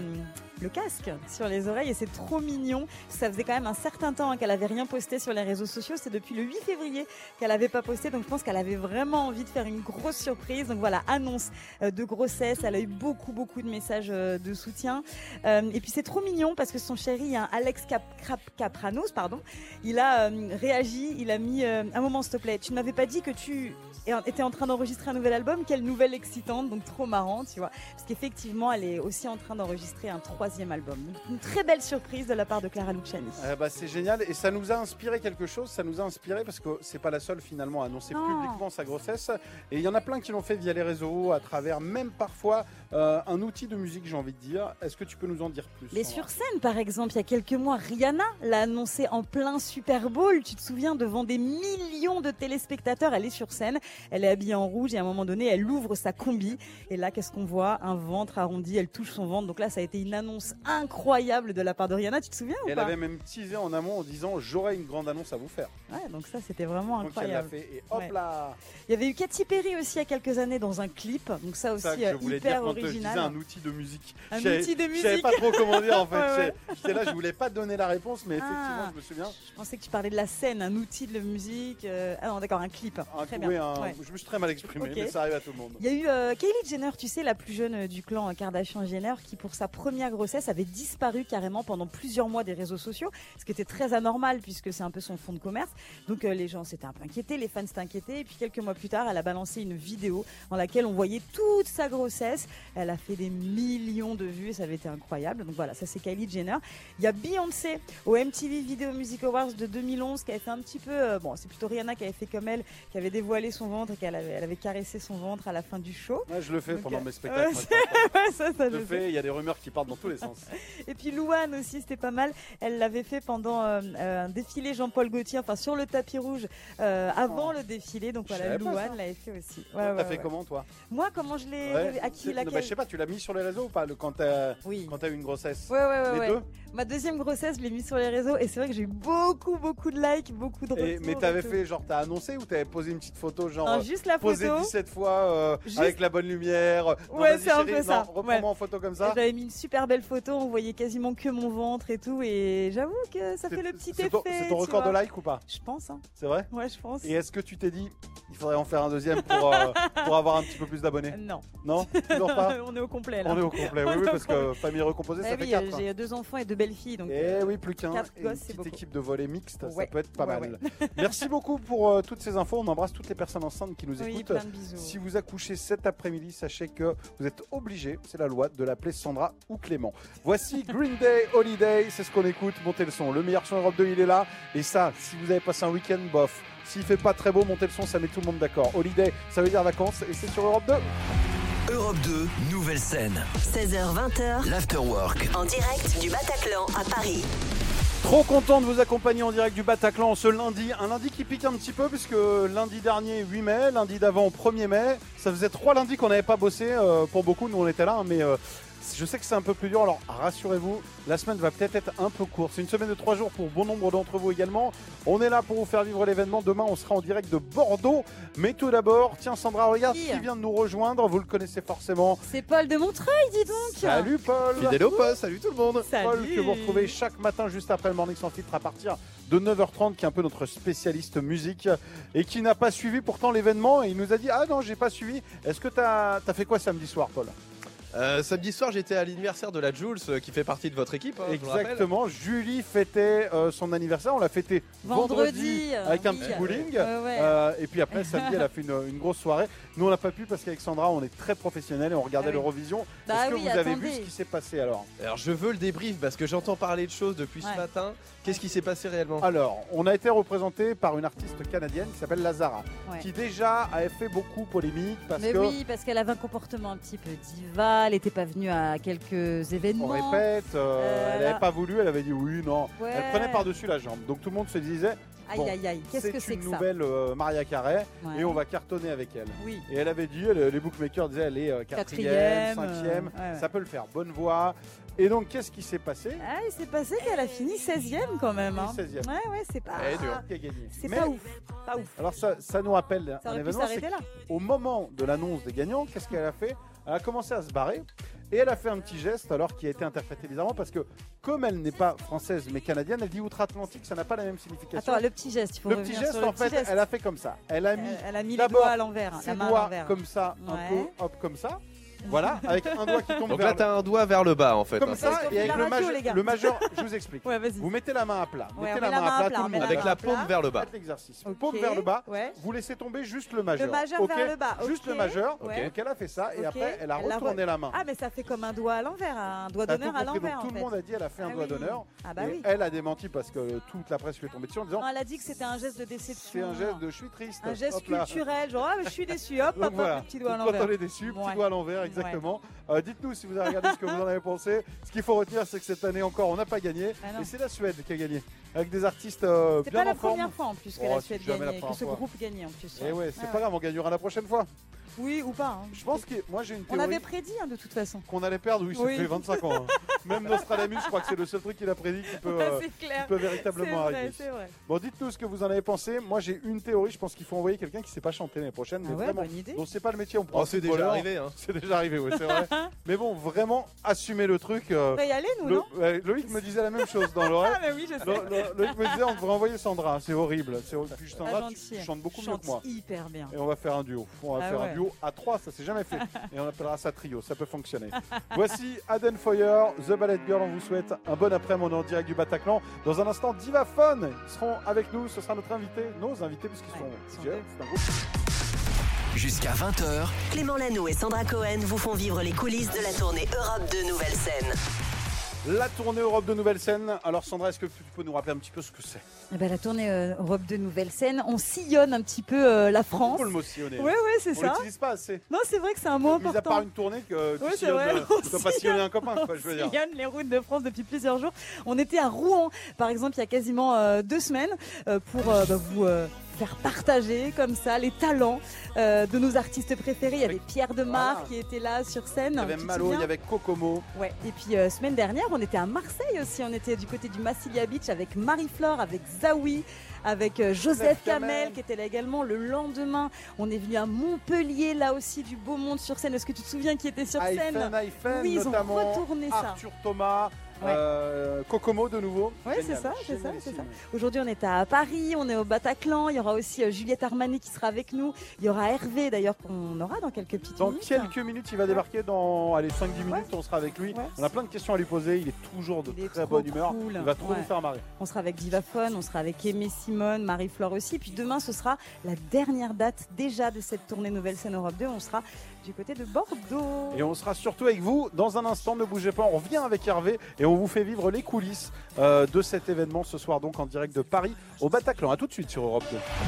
le casque sur les oreilles et c'est trop mignon. Ça faisait quand même un certain temps qu'elle avait rien posté sur les réseaux sociaux. C'est depuis le 8 février qu'elle avait pas posté, donc je pense qu'elle avait vraiment envie de faire une grosse surprise. Donc voilà, annonce de grossesse. Elle a eu beaucoup de messages de soutien. Et puis c'est trop mignon parce que son chéri, hein, Alex Capranos, pardon, il a réagi, il a mis un moment s'il te plaît, tu ne m'avais pas dit que tu étais en train d'enregistrer un nouvel album, quelle nouvelle excitante, donc trop marrant, tu vois, parce qu'effectivement elle est aussi en train d'enregistrer un 3e album. Donc, une très belle surprise de la part de Clara Luciani. C'est génial et ça nous a inspiré quelque chose, ça nous a inspiré parce que c'est pas la seule finalement à annoncer Non. publiquement sa grossesse et il y en a plein qui l'ont fait via les réseaux, à travers même parfois un outil de musique, j'ai envie de dire. Est-ce que tu peux nous en dire plus? Mais Sandra sur scène, par exemple, il y a quelques mois, Rihanna l'a annoncé en plein Super Bowl. Tu te souviens, devant des millions de téléspectateurs, elle est sur scène, elle est habillée en rouge et à un moment donné, elle ouvre sa combi. Et là, qu'est-ce qu'on voit? Un ventre arrondi, elle touche son ventre. Donc là, ça a été une annonce incroyable de la part de Rihanna. Tu te souviens ou Elle pas? avait même teasé en amont en disant j'aurai une grande annonce à vous faire. Ouais, donc ça, c'était vraiment Donc elle l'a incroyable. fait et hop Ouais. là. Il y avait eu Katy Perry aussi il y a quelques années dans un clip. Donc ça aussi, C'est ça que je voulais dire hyper quand je disais original. un outil de musique. Un Je savais- outil de Je savais musique. pas trop comment dire en fait. Ouais, ouais. J'étais là, je voulais pas te donner la réponse, mais effectivement, Ah. je me souviens. Je pensais que tu parlais de la scène, un outil de musique. Ah non, d'accord, un clip. Très bien. Oui, Ouais. je me suis très mal exprimé, Ok. mais ça arrive à tout le monde. Il y a eu Kylie Jenner, tu sais, la plus jeune du clan Kardashian-Jenner, qui pour sa première grossesse avait disparu carrément pendant plusieurs mois des réseaux sociaux, ce qui était très anormal puisque c'est un peu son fonds de commerce. Donc les gens s'étaient un peu inquiétés, les fans s'étaient inquiétés. Et puis quelques mois plus tard, elle a balancé une vidéo dans laquelle on voyait toute sa grossesse. Elle a fait des millions de vues et ça avait été incroyable. Donc voilà, ça c'est Kylie Jenner. Il y a Beyoncé au MTV Video Music Awards de 2011 qui avait fait un petit peu... bon, c'est plutôt Rihanna qui avait fait comme elle, qui avait dévoilé son ventre et elle avait caressé son ventre à la fin du show. Ouais, je le fais Donc, pendant ouais, mes spectacles. moi, Ouais, ça, je je le fais, il y a des rumeurs qui partent dans tous les sens. Et puis Louane aussi, c'était pas mal. Elle l'avait fait pendant un défilé Jean-Paul Gaultier, enfin sur le tapis rouge avant le défilé. Donc Je voilà, savais pas Louane ça. l'avait fait aussi. T'as fait comment toi? Moi, comment je l'ai Ouais, à qui c'est- laquelle bah, je sais pas, tu l'as mis sur les réseaux ou pas quand t'as Oui. eu une grossesse? Ouais. Les deux? Ma deuxième grossesse, je l'ai mis sur les réseaux et c'est vrai que j'ai eu beaucoup de likes, beaucoup de retours. Mais t'avais et tout. fait genre t'as annoncé ou t'avais posé une petite photo genre Non, juste la posé photo. 17 fois Juste- avec la bonne lumière. Non, Ouais, vas-y, c'est un chérie, peu ça. non, reprends-moi en photo comme ça. J'avais mis une super belle photo, on voyait quasiment que mon ventre et tout et j'avoue que ça fait le petit effet. C'est ton tu record de vois. like ou pas? Je pense, hein. C'est vrai? Ouais, je pense. Et est-ce que tu t'es dit il faudrait en faire un deuxième pour avoir un petit peu plus d'abonnés? Non. Non, toujours pas. On est au complet là. On est au complet, oui, On est oui, au parce que famille recomposée, Eh ça fait oui, 4. j'ai 2 enfants et 2 belles filles. Donc, Eh oui, plus qu'un. 4 Et gosses, une c'est petite beaucoup. équipe de volley mixte, ça Ouais, peut être pas ouais, mal. Merci beaucoup pour toutes ces infos. On embrasse toutes les personnes enceintes qui nous oui, écoutent. plein de bisous. Si vous accouchez cet après-midi, sachez que vous êtes obligé, c'est la loi, de l'appeler Sandra ou Clément. Voici Green Day Holiday, c'est ce qu'on écoute. Montez le son. Le meilleur son Europe 2, il est là. Et ça, si vous avez passé un week-end, bof. S'il fait pas très beau, montez le son, ça met tout le monde d'accord. Holiday, ça veut dire vacances et c'est sur Europe 2. Europe 2, nouvelle scène. 16h-20h, L'Afterwork. en direct du Bataclan à Paris. Trop content de vous accompagner en direct du Bataclan ce lundi. Un lundi qui pique un petit peu puisque lundi dernier 8 mai, lundi d'avant 1er mai. Ça faisait 3 lundis qu'on n'avait pas bossé. Pour beaucoup, nous on était là, mais je sais que c'est un peu plus dur. Alors rassurez-vous, la semaine va peut-être être un peu courte. C'est une semaine de 3 jours pour bon nombre d'entre vous également. On est là pour vous faire vivre l'événement. Demain, on sera en direct de Bordeaux. Mais tout d'abord, tiens Sandra, regarde qui vient de nous rejoindre. Vous le connaissez forcément. C'est Paul de Montreuil, dis donc. Salut Paul. Fidèle au poste, salut tout le monde. Paul que vous retrouvez chaque matin juste après le Morning Sans Filtre à partir de 9h30, qui est un peu notre spécialiste musique et qui n'a pas suivi pourtant l'événement. Et il nous a dit ah non, j'ai pas suivi. Est-ce que t'as fait quoi samedi soir, Paul? Samedi soir, j'étais à l'anniversaire de la Jules qui fait partie de votre équipe. Hein, Exactement, Julie fêtait son anniversaire. On l'a fêté vendredi avec un petit bowling. Et puis après, samedi, elle a fait une grosse soirée. Nous, on n'a pas pu parce qu'avec Sandra, on est très professionnels et on regardait l'Eurovision. Est-ce que vous avez vu ce qui s'est passé alors je veux le débrief parce que j'entends parler de choses depuis ce matin. Qu'est-ce qui s'est passé réellement? Alors, on a été représenté par une artiste canadienne qui s'appelle Lazara, qui déjà avait fait beaucoup polémique parce qu'elle avait un comportement un petit peu diva. Elle n'était pas venue à quelques événements. On répète, elle n'avait pas voulu, elle avait dit oui, non. Elle prenait par-dessus la jambe. Donc tout le monde se disait aïe, qu'est-ce que c'est que ça? C'est une nouvelle Maria Carey et on va cartonner avec elle. Oui. Et elle avait dit, les bookmakers disaient elle est 4e, 5e, ça peut le faire, bonne voix. Et donc qu'est-ce qui s'est passé? Il s'est passé qu'elle a fini 16e quand même. 16e. Ouais, c'est pas. Qui a gagné. C'est pas ouf. Alors ça nous rappelle un événement. Là. Au moment de l'annonce des gagnants, qu'est-ce qu'elle a fait? Elle a commencé à se barrer et elle a fait un petit geste alors qui a été interprété bizarrement parce que comme elle n'est pas française mais canadienne, elle dit outre-Atlantique, ça n'a pas la même signification. Attends, le petit geste, il faut revenir sur le petit geste. Elle a fait comme ça. Elle a mis les doigts à l'envers, ses doigts comme ça, un peu, hop comme ça. Voilà, avec un doigt qui tombe donc vers là, t'as un doigt vers le bas en fait. Comme ça, et avec le majeur, je vous explique. Vous mettez la main à plat. Mettez la main à plat, tout le monde. Avec la paume vers le bas. Faites l'exercice. Paume vers le bas. Vous laissez tomber juste le majeur. Le majeur vers le bas. Juste le majeur. Donc elle a fait ça et après elle a retourné la main. Ah, mais ça fait comme un doigt à l'envers, un doigt d'honneur à l'envers. Tout le monde a dit elle a fait un doigt d'honneur. Et elle a démenti parce que toute la presse lui est tombée dessus en disant. Elle a dit que c'était un geste de déception. C'est un geste de je suis triste. Un geste culturel, genre je suis déçu. Hop, petit doigt à l'envers. Quand on est déçu, petit doigt à l'envers, exactement. Dites-nous si vous avez regardé ce que vous en avez pensé. Ce qu'il faut retenir, c'est que cette année encore, on n'a pas gagné. Et c'est la Suède qui a gagné. Avec des artistes bien en forme. C'est pas la première fois en plus que la Suède gagnait, que ce groupe gagnait en plus. Et c'est pas grave, on gagnera la prochaine fois. Oui, ou pas. Je pense que moi j'ai une théorie. On avait prédit de toute façon. Qu'on allait perdre, ça fait 25 ans. Même Nostradamus, je crois que c'est le seul truc qu'il a prédit qui peut véritablement arriver. C'est vrai. Bon, dites-nous ce que vous en avez pensé. Moi j'ai une théorie, je pense qu'il faut envoyer quelqu'un qui sait pas chanter l'année prochaine. Mais vraiment, bonne idée. donc c'est pas le métier, on prend. C'est déjà arrivé. C'est déjà arrivé, oui, c'est vrai. Mais bon, vraiment assumer le truc. On va y aller, nous, non? Loïc me disait la même chose dans l'oreille. Ah, mais oui, je sais. Loïc me disait on devrait envoyer Sandra, c'est horrible. Puis Sandra, tu chantes beaucoup mieux que moi. Hyper bien. Et on va faire un duo. On va faire un duo à 3, ça c'est jamais fait. Et on appellera ça trio, ça peut fonctionner. Voici Aden Foyer, The Ballet Girl, on vous souhaite un bon après-midi en direct du Bataclan. Dans un instant, Divaphone, ils seront avec nous, ce sera notre invité, nos invités, puisqu'ils sont plusieurs, c'est un groupe. Jusqu'à 20h, Clément Lanoux et Sandra Cohen vous font vivre les coulisses de la tournée Europe 2 Nouvelle Scène. La tournée Europe de Nouvelle Scène. Alors Sandra, est-ce que tu peux nous rappeler un petit peu ce que c'est? La tournée Europe de Nouvelle Scène, on sillonne un petit peu la France. On le mot sillonner. Oui, c'est ça. On l'utilise pas assez. Non, c'est vrai que c'est un mot important. Mis à part une tournée que tu sillonnes, tu dois pas sillonner un copain, quoi, je veux dire. On sillonne les routes de France depuis plusieurs jours. On était à Rouen, par exemple, il y a quasiment 2 semaines pour vous faire partager comme ça les talents de nos artistes préférés. Il y avait Pierre Demar qui était là sur scène. Il y avait Malo, il y avait Kokomo. Ouais. Et puis semaine dernière, on était à Marseille aussi. On était du côté du Massilia Beach avec Marie-Flore, avec Zawi, avec Joseph Kamel qui était là également. Le lendemain, on est venu à Montpellier, là aussi du beau monde sur scène. Est-ce que tu te souviens qui était sur scène? Oui, ils ont retourné ça. Arthur Thomas. Kokomo de nouveau. Ouais, c'est ça. Aujourd'hui, on est à Paris, on est au Bataclan. Il y aura aussi Juliette Armanet qui sera avec nous. Il y aura Hervé d'ailleurs qu'on aura dans quelques petites minutes. Dans quelques minutes, il va débarquer dans 5-10 minutes. On sera avec lui. On a plein de questions à lui poser. Il est toujours de très bonne humeur. Il va trop nous faire marrer. On sera avec Divaphone, on sera avec Aimé Simone, Marie-Flore aussi. Puis demain, ce sera la dernière date déjà de cette tournée Nouvelle Scène Europe 2. On sera du côté de Bordeaux. Et on sera surtout avec vous dans un instant. Ne bougez pas. On revient avec Hervé et on vous fait vivre les coulisses de cet événement ce soir donc en direct de Paris au Bataclan. À tout de suite sur Europe 2.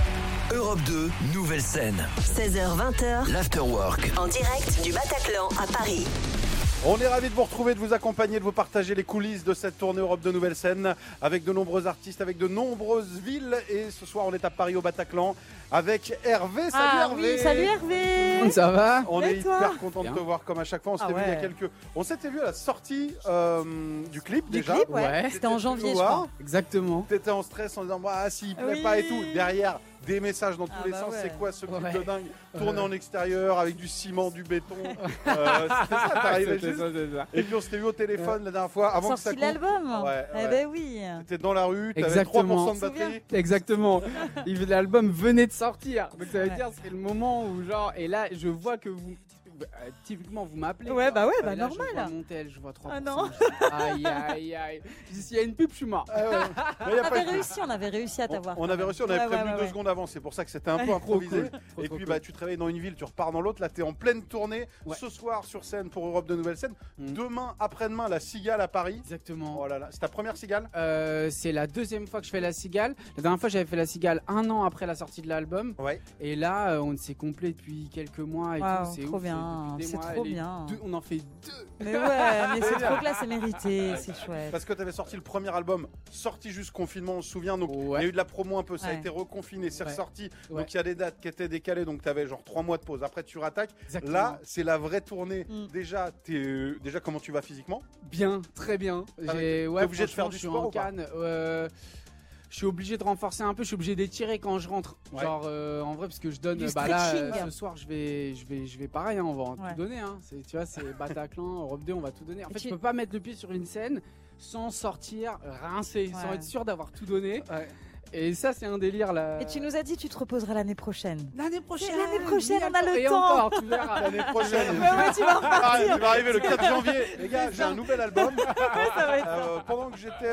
Europe 2, nouvelle scène. 16h-20h, L'Afterwork. en direct du Bataclan à Paris. On est ravis de vous retrouver, de vous accompagner, de vous partager les coulisses de cette tournée Europe de Nouvelle Scène avec de nombreux artistes, avec de nombreuses villes. Et ce soir, on est à Paris au Bataclan avec Hervé. Salut Hervé. Oui, salut Hervé. Ça va? On Et est toi? hyper content de Bien. te voir comme à chaque fois. On s'était vu il y a quelques. On s'était vu à la sortie du clip Du déjà. clip, ouais. Ouais. C'était en janvier, je voir. crois. Exactement. T'étais en stress en disant bah s'il plaît Oui. pas et tout. Derrière des messages dans tous Ah les bah sens. ouais. C'est quoi ce clip Ouais. de dingue? Tourné en extérieur avec du ciment, du béton. C'était ça, t'arrivais juste. Et puis on s'était vu au téléphone la dernière fois avant que ça Sorti coupe. l'album. Ouais, Eh ouais. ben oui. T'étais dans la rue, t'avais Exactement. 3% de batterie. Exactement. L'album venait de sortir. Donc ça veut Ouais. dire c'est le moment où genre et là je vois que vous typiquement vous m'appelez. Ouais, quoi. bah ouais, Là, normal. Je vois Montel, je vois 3%. Ah non. Aïe aïe aïe. Je dis, s'il y a une pub, je suis mort. Ah ouais. Mais y a On pas avait eu- réussi, on avait réussi à t'avoir. On avait reçu, on avait Ouais, prévenu ouais, 2 ouais. secondes avant, c'est pour ça que c'était un peu Trop improvisé. cool. Trop, Et trop puis cool. bah tu te réveilles dans une ville, tu repars dans l'autre, là t'es en pleine tournée, Ouais. ce soir sur scène pour Europe de Nouvelle Scène. Mm. Demain, après-demain, la Cigale à Paris. Exactement. Oh là là, c'est ta première Cigale? C'est la deuxième fois que je fais la Cigale. La dernière fois, j'avais fait la Cigale 1 an après la sortie de l'album. Ouais. Et là, on s'est complet depuis quelques mois et Waouh, tout. C'est trop ouf, bien, depuis des c'est mois. trop Les bien. on en fait 2. Mais ouais, mais c'est trop classe, c'est mérité, c'est chouette. Parce que t'avais sorti le premier album, sorti juste confinement, on se souvient, donc il Ouais. y a eu de la promo un peu, ça a Ouais. été reconfiné, c'est Ouais. ressorti, Ouais. donc il y a des dates qui étaient décalées, donc t'avais genre 3 mois de pause, après tu rattaques. Exactement. Là, c'est la vraie tournée. Mm. Déjà comment tu vas physiquement? Bien, très bien. Ah ouais, t'es obligé de faire franchement, du je suis sport en ou pas canne. Je suis obligé de renforcer un peu, je suis obligé d'étirer quand je rentre. Ouais. Genre en vrai parce que je donne Du là stretching. ce soir je vais pareil hein, on va Ouais. tout donner hein. Tu vois, c'est Bataclan, Europe 2, on va tout donner. En Et fait, tu- je peux pas mettre le pied sur une scène sans sortir rincé, sans Ouais. être sûr d'avoir tout donné. Et ça c'est un délire là. Et tu nous as dit tu te reposeras l'année prochaine. L'année prochaine, l'année prochaine, on a le et temps. encore, tu verras. L'année prochaine. Ouais, tu vas Ah, il repartir. va arriver le 4 janvier. Les gars, j'ai un nouvel album. Ça va être Pendant que j'étais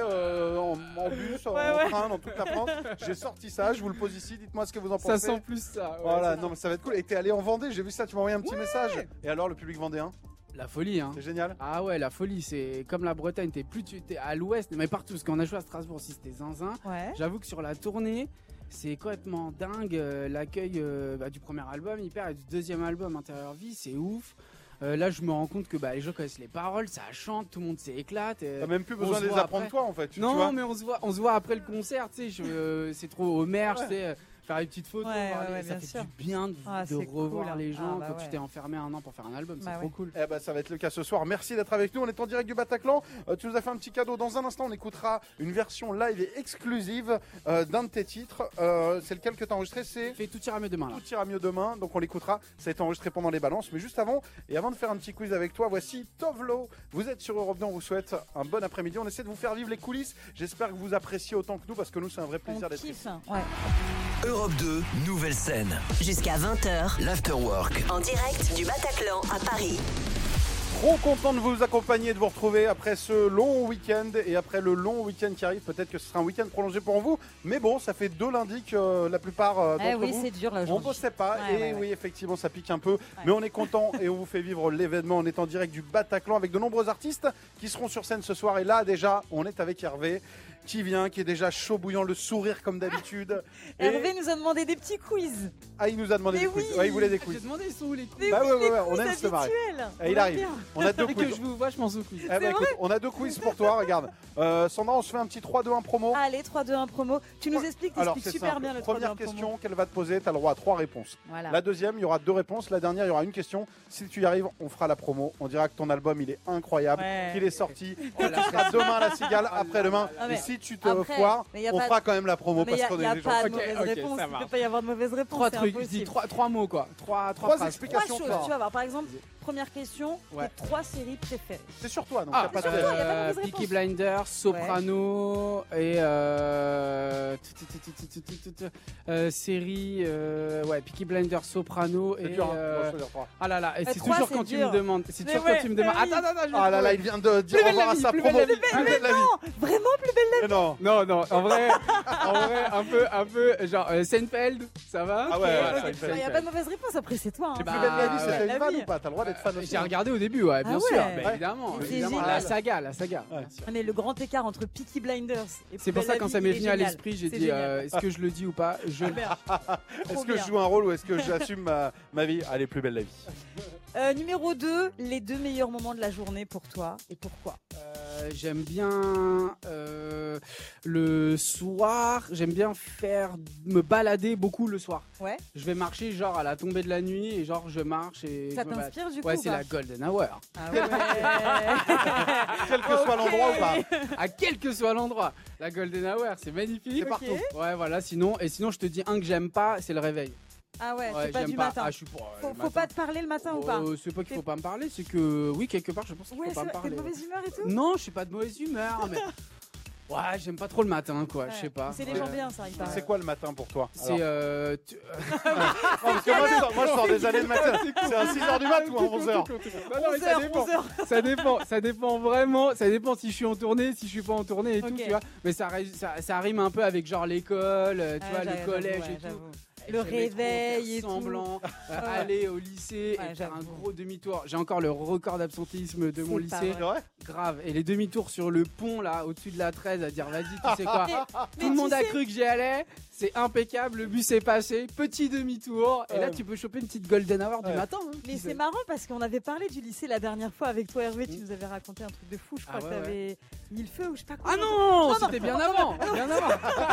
en bus, en Ouais. train, dans toute la France, j'ai sorti ça. Je vous le pose ici. Dites-moi ce que vous en Ça pensez. sent plus ça. ouais, Voilà, ça non mais ça va être cool. Et t'es allé en Vendée, j'ai vu ça, tu m'as envoyé un petit message. Et alors le public vendéen, La folie hein. c'est génial. Ah ouais, la folie, c'est comme la Bretagne, t'es à l'ouest, mais partout, parce qu'on a joué à Strasbourg aussi, c'était zinzin. Ouais. J'avoue que sur la tournée, c'est complètement dingue, l'accueil du premier album, hyper, et du deuxième album, Intérieur Vie, c'est ouf. Là, je me rends compte que les gens connaissent les paroles, ça chante, tout le monde s'éclate. T'as même plus on besoin se de les voit apprendre après. toi en fait. Tu Non, vois. mais on se voit après le concert, tu sais, c'est trop au merch, tu sais, faire une petite photo, Ouais, voir ouais, ça bien fait sûr. du bien de Ah, c'est revoir cool. les gens Ah, bah quand ouais. tu t'es enfermé 1 an pour faire un album, c'est Bah trop ouais. cool. Eh ben, ça va être le cas ce soir. Merci d'être avec nous. On est en direct du Bataclan. Tu nous as fait un petit cadeau. Dans un instant, on écoutera une version live et exclusive d'un de tes titres. C'est lequel que tu as enregistré? C'est Fais tout ira mieux demain là. Tout ira mieux demain. Donc on l'écoutera. Ça a été enregistré pendant les balances. Mais juste avant, et avant de faire un petit quiz avec toi, voici Tovlo. Vous êtes sur Europe 2. On vous souhaite un bon après-midi. On essaie de vous faire vivre les coulisses. J'espère que vous appréciez autant que nous parce que nous, c'est un vrai On plaisir d'être ici. kiffe. Ouais. Europe 2, nouvelle scène. Jusqu'à 20h, L'Afterwork. en direct du Bataclan à Paris. Trop content de vous accompagner et de vous retrouver après ce long week-end et après le long week-end qui arrive. Peut-être que ce sera un week-end prolongé pour vous, mais bon, ça fait 2 lundis que la plupart d'entre Eh oui, vous, c'est dur là on aujourd'hui. bossait pas. Ouais, et ouais, ouais. oui, effectivement, ça pique un peu, mais on est content et on vous fait vivre l'événement. On est en direct du Bataclan avec de nombreux artistes qui seront sur scène ce soir. Et là, déjà, on est avec Hervé qui vient, qui est déjà chaud bouillant, le sourire comme d'habitude. Et Hervé nous a demandé des petits quiz. il nous a demandé Mais des quiz. oui. Ouais, il voulait des J'ai quiz. demandé, ils sont où les coups Mais Bah oui, ouais, les ouais, on quiz aime se marrer. habituels. Et il On arrive. aime bien. On a deux Dès quiz. que je vous vois, je pense au quiz. Eh ben, écoute, on a 2 quiz pour toi, regarde. Sandra, on se fait un petit 3-2-1 promo. Allez, 3, 2, 1 promo. Tu nous expliques, Alors, t'expliques c'est super simple. bien le 3, 2, 1 Première promo. question qu'elle va te poser, tu as le droit à 3 réponses. Voilà. La deuxième, il y aura 2 réponses. La dernière, il y aura une question. Si tu y arrives, on fera la promo. On dira que ton album, il est incroyable, Ouais. qu'il est sorti. Tu seras demain à la Cigale, après-demain. Ah, mais Et si tu te après, foires, mais y a on pas fera quand même la promo Mais parce il qu'on n'y a, est des pas gens. de Ok, mauvaise ok, réponse. ça Il ne marche. peut pas y avoir de mauvaise réponse. 3 c'est trucs, je impossible. dis 3 mots quoi. 3 Trois phrases. explications. 3 choses. Tu vas voir, par exemple, première question, Ouais. tes 3 séries préférées. C'est sur toi, donc Ah, t'as pas de sur toi, piège. y a pas de mauvaise Peaky réponse. Blinders, Soprano et série ouais, Peaky Blinders, Soprano C'est et dur, hein. On va choisir 3. ah là là, et c'est trois, toujours c'est quand tu dur. me demandes, c'est Mais toujours ouais, quand tu me demandes. mais oui. Attends, je vais Ah là là, trouver. il vient de dire Plus au revoir belle à la sa vie, plus promo. belle la vie. Plus belle la vie. Vraiment plus belle Mais non. Non, en vrai, un peu genre Seinfeld, ça va? Ah ouais, Voilà, ça, Il n'y a pas de mauvaise réponse, après c'est toi. hein. C'est Bah, plus belle la vie, ouais. c'était La une vanne vie. ou pas? T'as le droit d'être être fan aussi. J'ai regardé au début, ouais, bien Ah sûr. ouais. Bah, évidemment, Mais c'est évidemment. génial. La saga. Ouais. bien sûr. Mais le grand écart entre Peaky Blinders et C'est pour Belle ça la quand Vie, ça m'est il est venu à génial. l'esprit, j'ai C'est dit génial. est-ce que je le dis ou pas? Je Est-ce que je joue un rôle ou est-ce que j'assume ma vie? Allez, plus belle la vie. Numéro 2, les 2 meilleurs moments de la journée pour toi et pourquoi? J'aime bien le soir, j'aime bien me balader beaucoup le soir. Ouais. Je vais marcher genre à la tombée de la nuit et genre je marche et Ça je me balade. t'inspire du coup? Ouais, ou c'est pas la golden hour. Ah ouais. Quel que soit l'endroit ou pas. À quel que soit l'endroit. La golden hour, c'est magnifique. C'est partout. Ouais, voilà, sinon je te dis un que j'aime pas, c'est le réveil. Ah ouais, Ouais, c'est pas j'aime du pas. matin. Ah, je suis pour, Faut le pas matin. te parler le matin ou pas? C'est pas qu'il faut pas me parler, c'est que oui, quelque part, je pense qu'il Ouais, faut c'est pas me vrai, t'es de parler. mauvaise humeur et tout? Non, je suis pas de mauvaise humeur, mais ouais, j'aime pas trop le matin, quoi. Ouais. Je sais pas. C'est les gens bien, ça, il paraît. C'est quoi le matin pour toi? C'est Alors, parce que moi, je sors des années le matin. C'est à 6h du mat ou à 11h? Non, mais ça 11h, dépend. 11h. Ça dépend vraiment. Ça dépend si je suis en tournée, si je suis pas en tournée et tout, Ok. tu vois. Mais ça rime un peu avec genre l'école, tu vois, le collège et tout. Le réveil et tout. semblant, Ouais. aller au lycée Ouais, et faire un j'avoue. gros demi-tour. J'ai encore le record d'absentisme de mon C'est pas lycée. C'est vrai? Grave. Et les demi-tours sur le pont là, au-dessus de la 13, à dire vas-y, tu sais quoi. Mais Tout le monde tu a sais- cru que j'y allais. C'est impeccable. Le bus est passé. Petit demi-tour. Et là, tu peux choper une petite golden hour du Ouais. matin. hein. Mais Qui c'est sait. marrant parce qu'on avait parlé du lycée la dernière fois avec toi Hervé, tu nous avais raconté un truc de fou, je crois Ah que ouais, t'avais mis le feu ou je sais pas quoi. Ah non, non, c'était bien avant. Bien avant.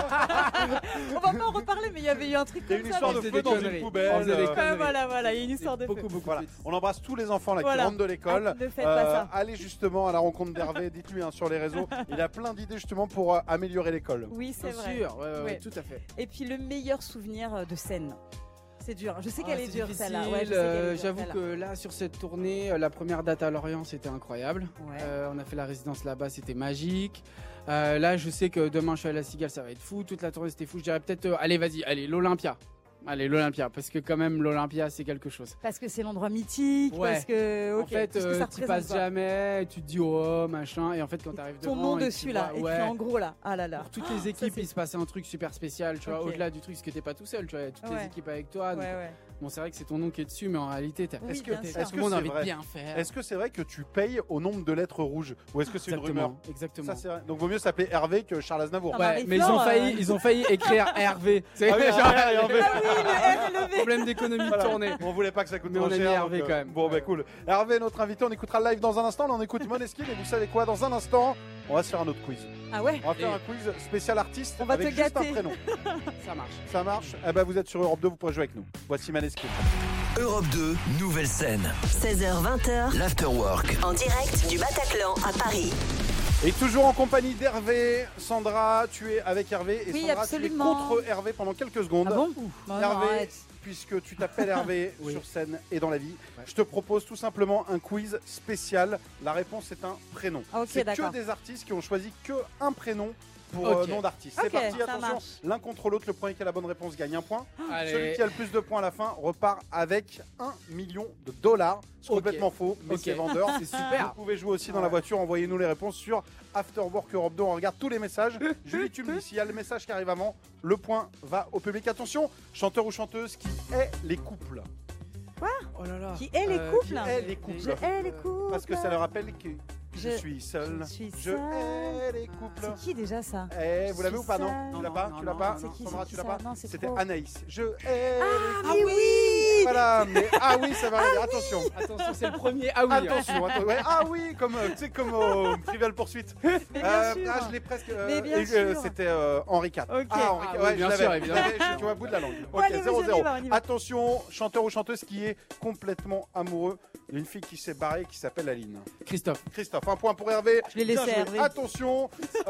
On va pas en reparler mais il y avait eu un truc Il y a comme une ça. histoire mais- de faisait feu des dans une conneries. poubelle. On faisait des Ouais, conneries. voilà, il y a une histoire de feu. Beaucoup. Voilà, on embrasse tous les enfants là Voilà. qui rentrent de l'école. Ah, ne faites pas ça. Allez justement à la rencontre d'Hervé, dites-lui sur les réseaux. Il a plein d'idées justement pour améliorer l'école. Oui, c'est Bien vrai. sûr, ouais, Ouais. tout à fait. Et puis le meilleur souvenir de scène. C'est dur. Je sais qu'elle est c'est dure difficile, celle-là. Ouais, je sais qu'elle est dure, j'avoue celle-là. que là, sur cette tournée, la première date à Lorient, c'était incroyable. Ouais. On a fait la résidence là-bas, c'était magique. Là, je sais que demain, je suis à la Cigale, ça va être fou. Toute la tournée, c'était fou. Je dirais peut-être, allez, l'Olympia. Allez, l'Olympia, parce que quand même, l'Olympia, c'est quelque chose. Parce que c'est l'endroit mythique, Ouais. parce que En fait, tout ce que ça tu représente, passes quoi. jamais, tu te dis oh machin, et en fait, quand t'arrives devant, Ton nom et que dessus tu là, vois, écrit ouais, en gros là. Ah là là. pour toutes les équipes, il se passait un truc super spécial, tu vois, Ok. au-delà du truc, parce que t'es pas tout seul, tu vois, il y a toutes Ouais. les équipes avec toi. donc, Ouais. bon, c'est vrai que c'est ton nom qui est dessus, mais en réalité, Oui, Est-ce que- bien sûr. est-ce tout le monde a c'est envie de vrai bien faire. Est-ce que c'est vrai que tu payes au nombre de lettres rouges ou est-ce que c'est une rumeur? Exactement. Ça, c'est vrai. Donc vaut mieux s'appeler Hervé que Charles Aznavour. Ah, Ouais, Marie-Flore, mais ils ont failli écrire Hervé. C'est Ah oui, genre, Hervé. Ah oui, le R est levé. problème d'économie de Voilà. tournée. On voulait pas que ça coûte Mais trop on a mis cher. Hervé donc, quand même. Bon, bah cool. Hervé, notre invité, on écoutera le live dans un instant. Là, on écoute Måneskin et vous savez quoi? Dans un instant, on va se faire un autre quiz. Ah ouais. On va faire un quiz spécial artiste On va avec te juste gâter. un prénom. Ça marche. Ça marche? Eh ben, vous êtes sur Europe 2, vous pourrez jouer avec nous. Voici Måneskin. Europe 2, nouvelle scène. 16h20, L'Afterwork. en direct du Bataclan à Paris. Et toujours en compagnie d'Hervé. Sandra, tu es avec Hervé. Et Oui, Sandra, absolument. tu es contre Hervé pendant quelques secondes. Ah bon? Non, Hervé, arrête. puisque tu t'appelles Hervé Oui. sur scène et dans la vie, Ouais. je te propose tout simplement un quiz spécial. La réponse est un prénom. Ah, ok, c'est que d'accord. des artistes qui ont choisi que un prénom pour Ok. nom d'artiste. Ok, C'est parti, ça attention. marche. L'un contre l'autre, le premier qui a la bonne réponse gagne un point. Celui Allez. qui a le plus de points à la fin repart avec $1 million. C'est Ok. complètement faux, mais Ok. c'est vendeur. C'est super. Vous pouvez jouer aussi dans la voiture, envoyez-nous les réponses sur Afterwork Europe 2, on regarde tous les messages. Julie, tu me dis s'il y a le message qui arrive avant, le point va au public. Attention, chanteur ou chanteuse qui est les couples. Oh là là. Qui est les couples Qui est les couples. Je hais les couples. Parce que ça leur rappelle que je Je- suis seul. je suis Je seul. hais les couples. C'est qui déjà ça? Eh, vous Je l'avez suis ou pas? Non, seule. tu l'as Non, pas? non, Tu l'as non, pas? non, c'est qui, Sandra, c'est tu qui l'as ça pas? Non, c'est C'était trop. Anaïs. Je hais les Ah oui. Voilà, mais ah oui, ça va rien dire. Attention. Attention, c'est le premier. Ah oui. Attention, ouais, ah oui, comme tu sais, comme au Trivial Poursuite. Mais bien sûr. Je l'ai presque. Mais bien sûr. C'était Henri IV. Ok. Ah, Henri Ah IV, oui, ouais, bien je sûr, l'avais. évidemment. Je suis au bout de la langue. Bon, Ok, allez, vas-y, 0-0. on y va. Attention, chanteur ou chanteuse qui est complètement amoureux d'une fille qui s'est barrée qui s'appelle Aline. Christophe. Christophe, un point pour Hervé. Je l'ai Bien laissé joué. Hervé. Attention,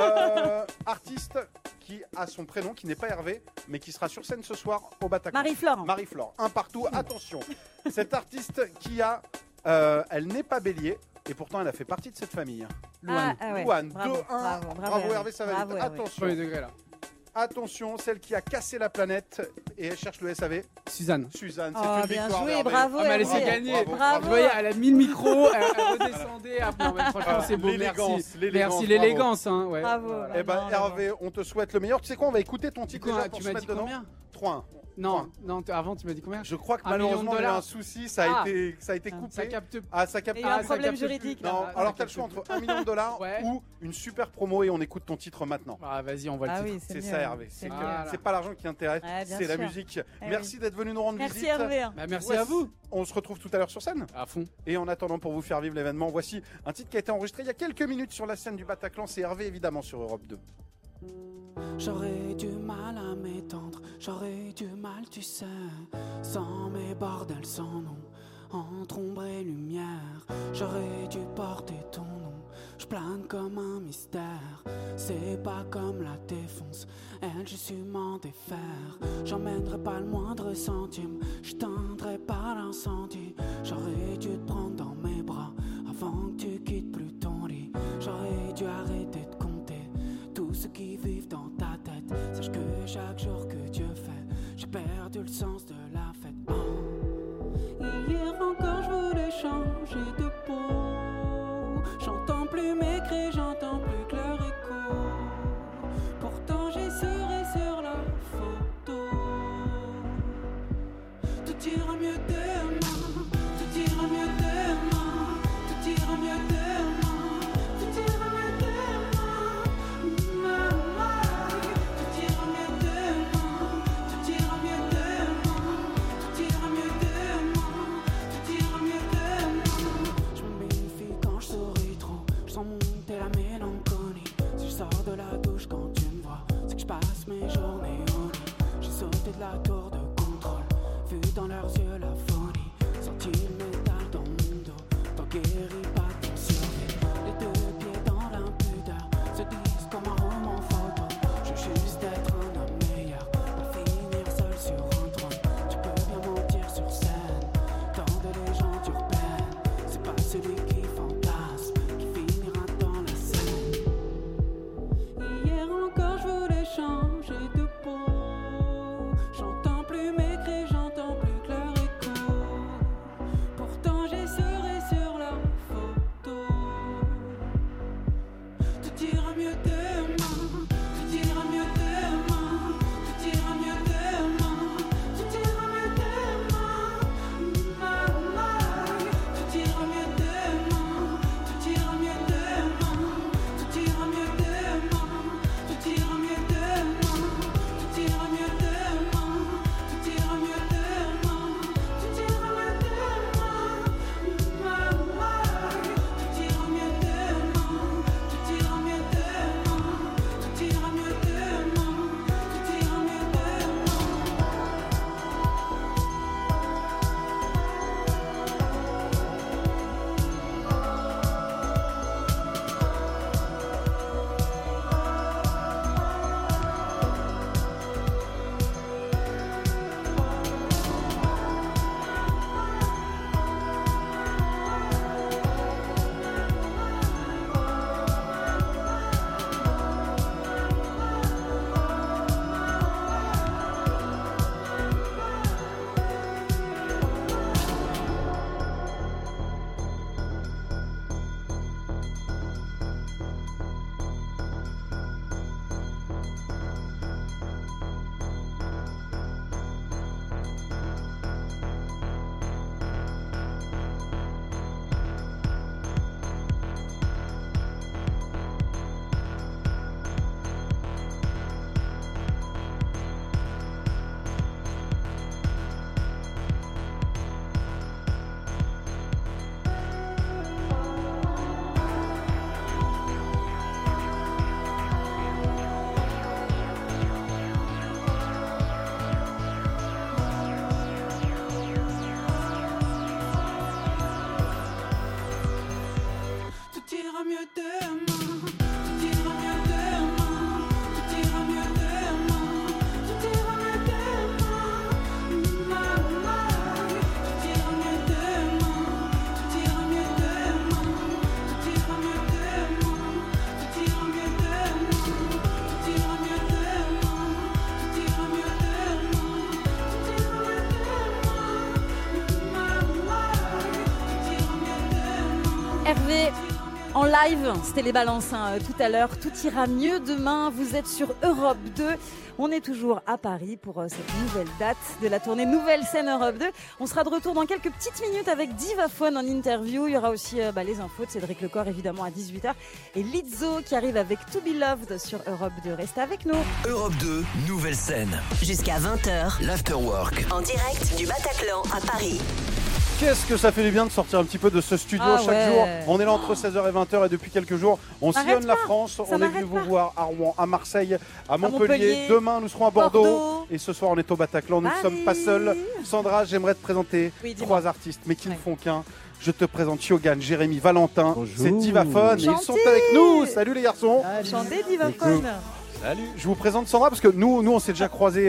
artiste qui a son prénom, qui n'est pas Hervé, mais qui sera sur scène ce soir au Bataclan. Marie-Flore. Marie-Flore, un partout. Attention, cette artiste qui a, elle n'est pas Bélier et pourtant elle a fait partie de cette famille. Louane. Ah ouais. Louane, Bravo, 2-1. Bravo Hervé, ça va Bravo, vite. Hervé. Attention, Premier degré là. attention, celle qui a cassé la planète et elle cherche le SAV. Suzanne. Suzanne, Oh, c'est une bien victoire. joué, d'Hervé. bravo. Ah, mais elle Hervé. s'est gagnée. Bravo, Bravo. Je voyais, elle a mis le micro, elle redescendait. Ah, non, mais franchement, c'est beau. L'élégance, Merci. l'élégance, Merci bravo. l'élégance. Hein, ouais. Bravo. Voilà. Eh ben Non, non, Hervé, on te souhaite le meilleur. Tu sais quoi, on va écouter ton Du titre coup, déjà pour tu se m'as mettre dit dedans. combien 3-1. Non, avant tu m'as dit combien? Je crois que 1 malheureusement million il de y a un dollars. souci, ça a été coupé. Ça capte. Ça capte. Et il y a un ça problème capte juridique. plus. Non, Ah, alors ça t'as le choix capte entre $1 million Ouais. ou une super promo et on écoute ton titre maintenant. Ah vas-y, on voit le Ah titre. oui, C'est mieux. ça Hervé, C'est que mieux. Voilà. c'est pas l'argent qui intéresse, Ouais, bien c'est la sûr. musique. Eh Merci d'être venu nous rendre Merci visite. Hervé. Bah, merci Voici- à vous. On se retrouve tout à l'heure sur scène. À fond. Et en attendant, pour vous faire vivre l'événement, voici un titre qui a été enregistré il y a quelques minutes sur la scène du Bataclan. C'est Hervé évidemment sur Europe 2. J'aurais du mal à m'étendre, j'aurais du mal, tu sais, sans mes bordels, sans nom, entre ombre et lumière. J'aurais dû porter ton nom, je plane comme un mystère. C'est pas comme la défonce, elle, j'ai su m'en défaire. J'emmènerai pas le moindre centime, je teindrai pas l'incendie. J'aurais dû te prendre dans mes bras avant que tu quittes plus ton lit. J'aurais dû arrêter de compter tous ceux qui vivent dans ta tête. Sache que chaque jour que Dieu fait, j'ai perdu le sens de la fête. Hier encore je voulais changer de peau. J'entends plus mes cris, j'entends plus que leur écho. Pourtant j'ai serré sur la photo. Tout ira mieux demain, tout ira mieux demain, tout ira mieux demain, tout ira mieux demain. Tout ira mieux demain, tout ira mieux demain, tout ira mieux demain, tout ira mieux demain. Je me méfie quand je souris trop, je sens monter la mélancolie. Si je sors de la douche quand tu me vois, c'est que je passe mes journées au lit. J'ai sauté de la tour de contrôle, vu dans leurs yeux la folie. Senti le métal dans mon dos, t'en guéris pas ton survie. Les deux pieds dans l'impudeur, se disent comme un roman photo. Je veux juste être un homme meilleur, pas finir seul sur un trône. Tu peux bien mentir sur scène, tant de légendes urbaines. C'est pas celui qui fantasme qui finira dans la scène. Hier encore je voulais changer de peau. J'entends plus mes cris, j'entends plus que leur écho. Pourtant j'ai serré sur la photo. Tout ira mieux demain, tout ira mieux demain, tout ira mieux demain, tout ira mieux demain. Tout ira mieux demain, tout ira mieux demain, tout ira mieux demain, tout ira mieux demain, tout ira mieux demain, tout ira mieux demain, tout ira mieux demain. Tout ira mieux demain, tout ira mieux demain, tout ira mieux demain, tout ira mieux Tout ira mieux demain, tout ira mieux demain, tout ira mieux demain, tout ira mieux demain. Tout ira mieux demain, tout ira mieux demain, tout ira mieux demain, tout ira mieux demain, tout ira mieux demain, tout ira mieux demain, tout ira mieux demain. Hervé en live. C'était les balances tout à l'heure. Tout ira mieux demain. Vous êtes sur Europe 2. On est toujours à Paris pour cette nouvelle date de la tournée Nouvelle Scène Europe 2. On sera de retour dans quelques petites minutes avec Divaphone en interview. Il y aura aussi les infos de Cédric Lecor évidemment à 18h. Et Lizzo qui arrive avec To Be Loved sur Europe 2. Restez avec nous. Europe 2, Nouvelle Scène. Jusqu'à 20h, L'Afterwork. en direct du Bataclan à Paris. Qu'est-ce que ça fait du bien de sortir un petit peu de ce studio chaque ouais. jour. On est là entre 16h et 20h et depuis quelques jours, on Arrête sillonne la pas. France. Ça On est m'arrête venu vous pas. voir à Rouen, à Marseille, à Montpellier. Montpellier. Demain, nous serons à Bordeaux. Bordeaux. Et ce soir, on est au Bataclan. Nous ne Paris. sommes pas seuls. Sandra, j'aimerais te présenter Oui, dis-moi. 3 artistes, mais qui ne Ouais. font qu'un. Je te présente Yogan, Jérémy, Valentin. Bonjour. C'est Divaphone. Et ils sont Chantez. avec nous. Salut les garçons. Chantez Divaphone. Salut. Je vous présente Sandra parce que nous on s'est déjà croisés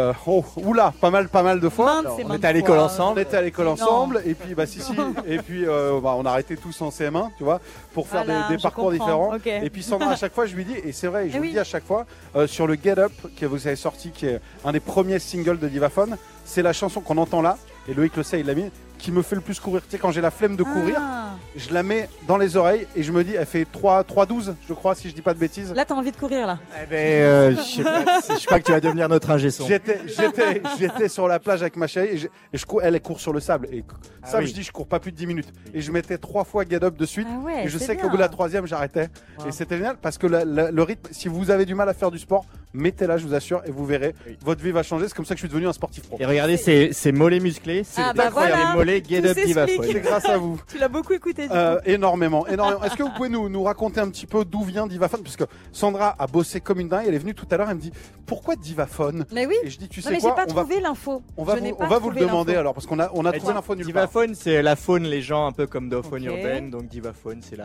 pas mal de fois. On était à l'école On ensemble. était à l'école ensemble et puis et puis on a arrêté tous en CM1, tu vois, pour faire Voilà, des je parcours comprends. différents. Ok. Et puis Sandra, à chaque fois je lui dis, et c'est vrai, je Eh vous oui. le dis à chaque fois, sur le Get Up que vous avez sorti, qui est un des premiers singles de Divaphone, c'est la chanson qu'on entend là, et Loïc le sait, il l'a mis, qui me fait le plus courir. Tu sais, quand j'ai la flemme de courir, Ah. je la mets dans les oreilles et je me dis, elle fait 3,12 je crois, si je dis pas de bêtises. Là, t'as envie de courir là. Eh ben, je crois que tu vas devenir notre ingé son. J'étais sur la plage avec ma chérie elle court sur le sable. Et ça, oui. je dis, je cours pas plus de 10 minutes. Et je mettais 3 fois Get Up de suite. Ah ouais, et je c'est sais bien. qu'au bout de la 3e, j'arrêtais. Wow. Et c'était génial parce que le rythme, si vous avez du mal à faire du sport, mettez-la, je vous assure, et vous verrez, Oui. votre vie va changer. C'est comme ça que je suis devenu un sportif pro. Et regardez, ces mollets musclés, c'est Ah bah incroyable. voilà. Les mollets Get Tout Up s'explique. Divaphone. C'est grâce à vous. Tu l'as beaucoup écouté du coup. Énormément. Est-ce que vous pouvez nous raconter un petit peu d'où vient Divaphone? Parce que Sandra a bossé comme une dingue. Elle est venue tout à l'heure. Elle me dit, pourquoi Divaphone? Mais oui. Et je dis, tu Non, sais mais j'ai quoi? pas trouvé l'info. On va Je n'ai vous pas le trouvé demander l'info. alors, parce qu'on a trouvé l'info nulle part. Divaphone, c'est la faune, les gens un peu comme de faune Ok. urbaine. Donc Divaphone, c'est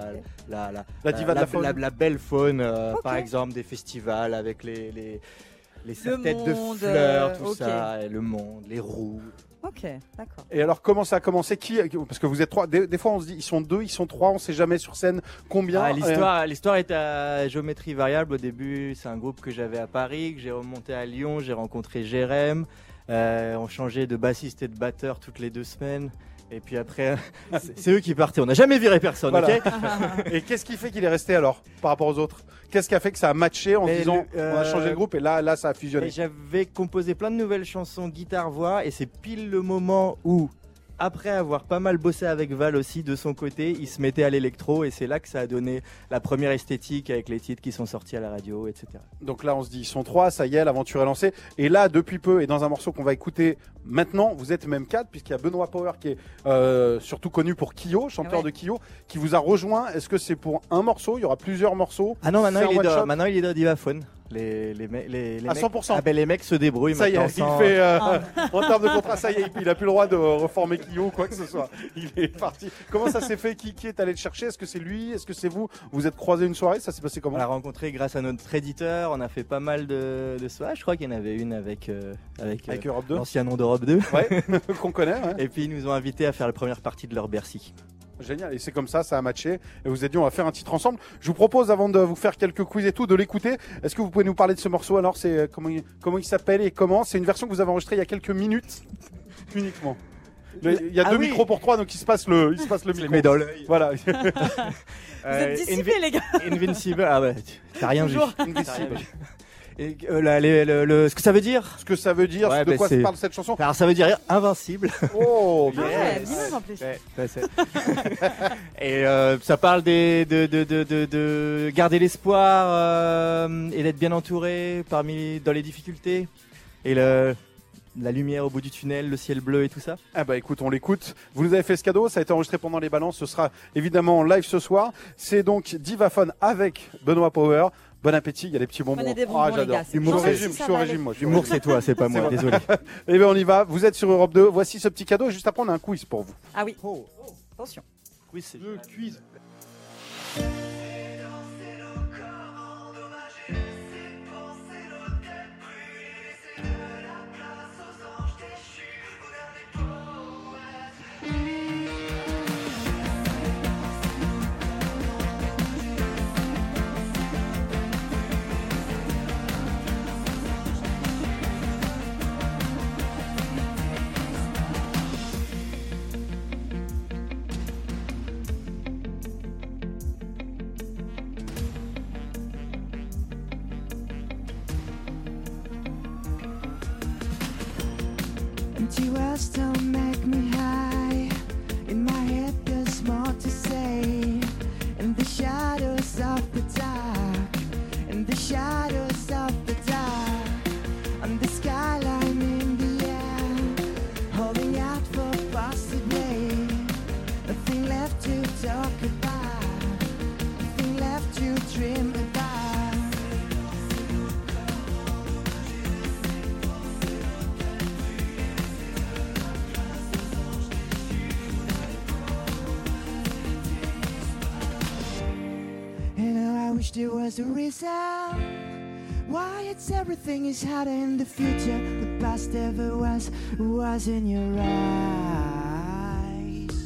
La diva de la faune. la belle faune, Ok. par exemple des festivals avec les serre-têtes de monde, fleurs, tout ok. ça, et le monde, les roues. Ok, d'accord. Et alors, comment ça a commencé? Parce que vous êtes 3. Des fois, on se dit, ils sont 2, ils sont 3. On sait jamais sur scène combien. L'histoire est à géométrie variable. Au début, c'est un groupe que j'avais à Paris, que j'ai remonté à Lyon. J'ai rencontré Jérém. On changeait de bassiste et de batteur toutes les 2 semaines. Et puis après, c'est eux qui partaient. On n'a jamais viré personne, Voilà. ok? Et qu'est-ce qui fait qu'il est resté alors par rapport aux autres? Qu'est-ce qui a fait que ça a matché en se Mais disant, le- on a changé de groupe et là, ça a Et fusionné? j'avais composé plein de nouvelles chansons guitare-voix et c'est pile le moment où, après avoir pas mal bossé avec Val aussi de son côté, il se mettait à l'électro et c'est là que ça a donné la première esthétique avec les titres qui sont sortis à la radio, etc. Donc là, on se dit, ils sont 3, ça y est, l'aventure est lancée. Et là, depuis peu, et dans un morceau qu'on va écouter maintenant, vous êtes même 4, puisqu'il y a Benoît Power qui est surtout connu pour Kyo, chanteur Ah ouais. de Kyo, qui vous a rejoint. Est-ce que c'est pour un morceau? Il y aura plusieurs morceaux? Ah non, maintenant C'est un one shot il est dans Divaphone. Les À mecs, 100%. Ah ben les mecs se débrouillent Ça y est, maintenant. il fait, Ah. en termes de contrat, ça y est, il a plus le droit de reformer Kyo ou quoi que ce soit. Il est parti. Comment ça s'est fait? Qui est allé le chercher? Est-ce que c'est lui? Est-ce que c'est vous? Vous êtes croisés une soirée? Ça s'est passé On comment? l'a rencontré grâce à notre éditeur. On a fait pas mal de soirées. Je crois qu'il y en avait une avec Avec Europe 2? l'ancien nom d'Europe 2. Ouais, qu'on connaît, ouais. Et puis ils nous ont invités à faire la première partie de leur Bercy. Génial, et c'est comme ça a matché. Et vous êtes dit, on va faire un titre ensemble. Je vous propose, avant de vous faire quelques quiz et tout, de l'écouter. Est-ce que vous pouvez nous parler de ce morceau? Alors, c'est comment il s'appelle et comment? C'est une version que vous avez enregistrée il y a quelques minutes uniquement. Il y a 2 oui. micros pour 3, donc il se passe le Je les micro. mets dans l'œil. Voilà. Vous êtes dissipés les gars. Invincible. Ah ouais, t'as rien vu. Toujours. T'as rien vu. Et ce que ça veut dire? Ce que ça veut dire, Ouais, de bah, quoi c'est- parle cette chanson? Alors ça veut dire invincible. Oh, Ah ouais, Yes. bien en plus. Et ça parle de garder l'espoir et d'être bien entouré dans les difficultés et la lumière au bout du tunnel, le ciel bleu et tout ça. Ah bah écoute, on l'écoute. Vous nous avez fait ce cadeau, ça a été enregistré pendant les balances, ce sera évidemment en live ce soir. C'est donc Divaphone avec Benoît Power. Bon appétit, il y a des petits bonbons. Prenez des bonbons, les j'adore. gars, c'est Je suis au bon. régime, Ça je suis au va régime, aller. moi. je suis au L'humour régime. c'est toi, c'est pas moi, C'est désolé. Eh bien on y va, vous êtes sur Europe 2, voici ce petit cadeau et juste après on a un quiz pour vous. Ah oui. Attention. Oui, c'est Le quiz. Empty words don't make me high. In my head there's more to say. In the shadows of the dark, in the shadows of the dark, on the skyline in the air, holding out for possibly. Nothing left to talk about, nothing left to dream about. You know, I wish there was a reason why it's everything is harder in the future. The past ever was in your eyes.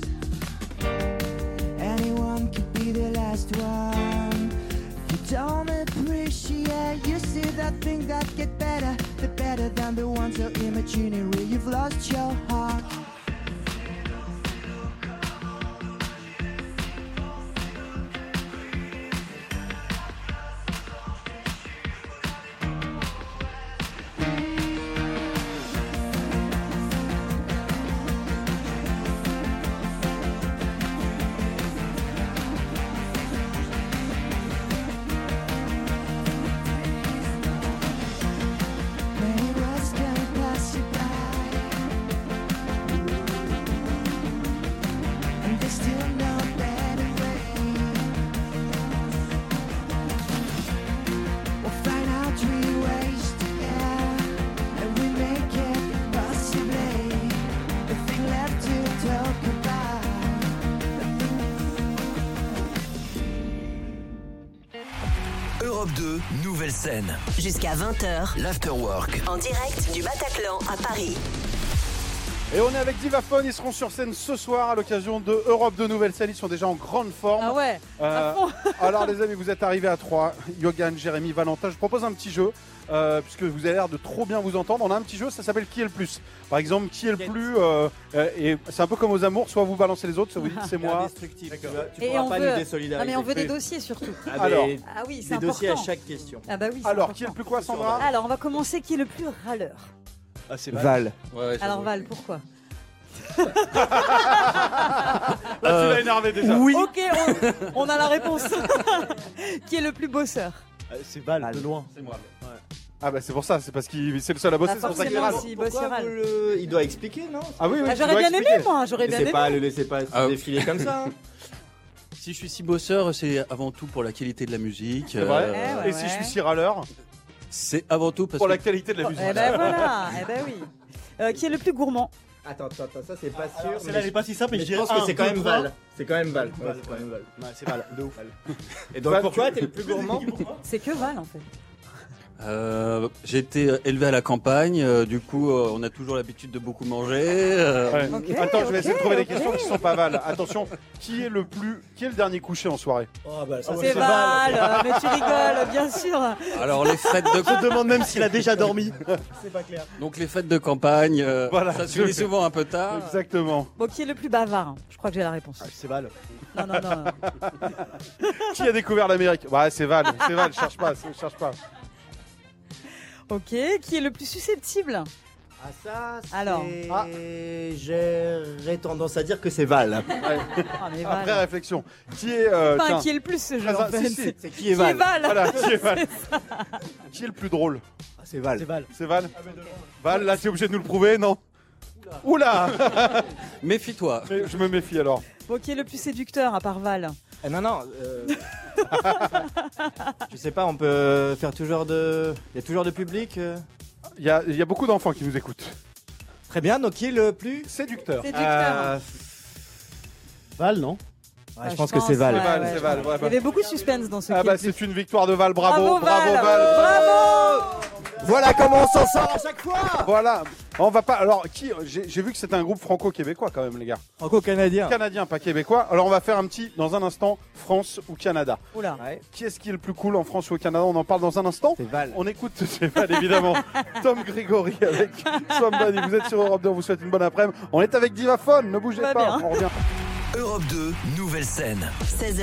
Anyone could be the last one. If you don't appreciate, you see that thing that get better, the better than the ones so imaginary. You've lost your heart. Many words can pass you by, and there's still no better way. We'll find out 3 ways to get, and we make it possibly. Nothing left to talk about. Europe 2, nouvelle scène. Jusqu'à 20h, L'Afterwork. en direct du Bataclan à Paris. Et on est avec Divaphone, ils seront sur scène ce soir à l'occasion de Europe de Nouvelle Scène. Ils sont déjà en grande forme. Ah ouais, à fond. Alors les amis, vous êtes arrivés à 3. Yogan, Jérémy, Valentin. Je vous propose un petit jeu, puisque vous avez l'air de trop bien vous entendre. On a un petit jeu, ça s'appelle Qui est le plus. Par exemple, qui est le plus... et c'est un peu comme aux amours, soit vous balancez les autres, soit vous dites c'est moi. Indestructible. Tu Et pourras on pas veut... nous désolidariser. Non mais on veut des dossiers surtout. Alors, Ah oui, c'est des important. dossiers à chaque question. Ah bah oui. c'est Alors, important. qui est le plus quoi, Sandra? Alors on va commencer. Qui est le plus râleur? Ah, c'est Val. Ouais, Alors Val, pourquoi? Là, tu l'as énervé déjà. Oui. Ok, on a la réponse. Qui est le plus bosseur? C'est Val, de loin. C'est moi. Ah bah c'est pour ça, c'est parce qu'il c'est le seul à bosser, Ah, c'est pour ça qu'il forcément, râle. si, bosse Pourquoi râle. Il doit expliquer, non? Ah oui, oui, Ah, tu j'aurais dois bien aimé, expliquer. moi, j'aurais bien aimé. Le laissez pas Ah. défiler comme ça. hein. Si je suis si bosseur, c'est avant tout pour la qualité de la musique. C'est vrai. Ouais, Et si je suis si râleur? C'est avant tout parce Pour que la qualité de la musique. Eh ben voilà, eh ben oui. Qui est le plus gourmand? Attends, ça c'est pas sûr. Celle-là, elle est pas si simple, mais mais je je dirais pense que un, c'est quand deux, même trois. Val. C'est quand même Val. Val, Ouais, c'est quand même Val. Ouais, c'est Val. De ouf. Et donc Val, pourquoi t'es le plus gourmand? C'est que Val en fait. j'ai été élevé à la campagne, du coup on a toujours l'habitude de beaucoup manger. Ouais. Ok, Attends, je vais essayer de trouver des ok. questions qui sont pas Val. Attention, qui est le dernier couché en soirée? Oh, bah, ça, C'est Val, mais tu rigoles, bien sûr. Alors les fêtes de Je te demande même s'il a déjà dormi. C'est pas clair. donc les fêtes de campagne, Voilà. ça se finit souvent un peu tard. Exactement. Bon, qui est le plus bavard? Je crois que j'ai la réponse. C'est Val. Non, non, non. Qui a découvert l'Amérique? Ouais, c'est Val, cherche pas. Ok, qui est le plus susceptible? Ah ça, c'est... Alors. J'aurais tendance à dire que c'est Val. Ah, mais Val. Après réflexion, qui est Enfin, tiens, qui est le plus ce jeu Ah, en fait? si, si. C'est qui est Val? voilà, qui est Val? Qui est le plus drôle? Ah, c'est Val. C'est Val. C'est Val. Val, là, t'es obligé de nous le prouver, non? Oula. Méfie-toi. Mais je me méfie alors. Bon, qui est le plus séducteur à part Val? Non. Je sais pas, on peut faire toujours de... Il y a toujours de public Il y a beaucoup d'enfants qui nous écoutent. Très bien, donc qui est le plus... Séducteur. Séducteur. Val, non? Ouais, je pense que c'est Val. ouais, Val, ouais, c'est je Val, pense. ouais, Il y avait beaucoup de suspense dans ce Ah qui bah est le c'est une victoire de Val, bravo, Bravo, Val. Bravo. Voilà comment on s'en sort à chaque fois. Voilà. On va pas. Alors j'ai vu que c'était un groupe franco-québécois quand même les gars. Franco-canadien. Canadien, pas québécois. Alors on va faire un petit dans un instant France ou Canada. Oula. Ouais, Qui est-ce qui est le plus cool en France ou au Canada? On en parle dans un instant. c'est Val. On écoute, c'est Val évidemment. Tom Grégory avec Somebody. Vous êtes sur Europe 2, on vous souhaite une bonne après-midi. On est avec Divaphone, ne bougez Va pas. bien. On revient. Europe 2, nouvelle scène.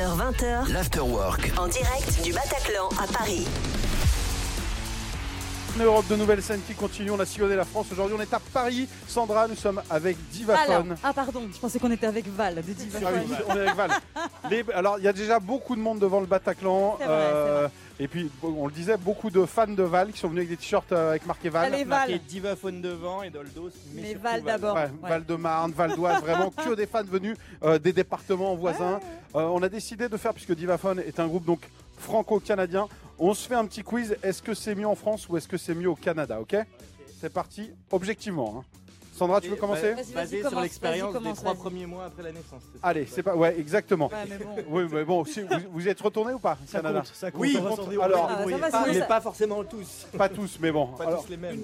16h-20h, L'Afterwork. en direct du Bataclan à Paris. matinée Europe de nouvelle scène qui continue. On a sillonné la France. Aujourd'hui, on est à Paris. Sandra, nous sommes avec Divaphone. Ah pardon, je pensais qu'on était avec Val de Divaphone. Ah oui, on est avec Val. Alors, il y a déjà beaucoup de monde devant le Bataclan. C'est vrai. Et puis, on le disait, beaucoup de fans de Val qui sont venus avec des t-shirts avec marqué Val. Allez, Marqué Val. Divaphone devant et dans le dos. Mais Val d'abord. Ouais, Ouais. Val-de-Marne, Val d'Oise, vraiment que des fans venus des départements voisins. On a décidé de faire, puisque Divaphone est un groupe donc franco-canadien, on se fait un petit quiz. Est-ce que c'est mieux en France ou est-ce que c'est mieux au Canada, ok? C'est parti, objectivement. Hein. Sandra, tu veux commencer? Basé sur commence, l'expérience vas-y, des commence, 3 vas-y. premiers mois après la naissance. c'est ça. Allez, c'est pas. Ouais, exactement. Ouais, mais bon. Oui, mais bon, si, vous y êtes retourné ou pas, Ça Canada? compte, ça compte. Oui, on va s'en débrouiller, alors, on va se débrouiller. ça va, Mais ça- pas forcément tous. Pas tous, mais bon. Pas Alors, tous les mêmes.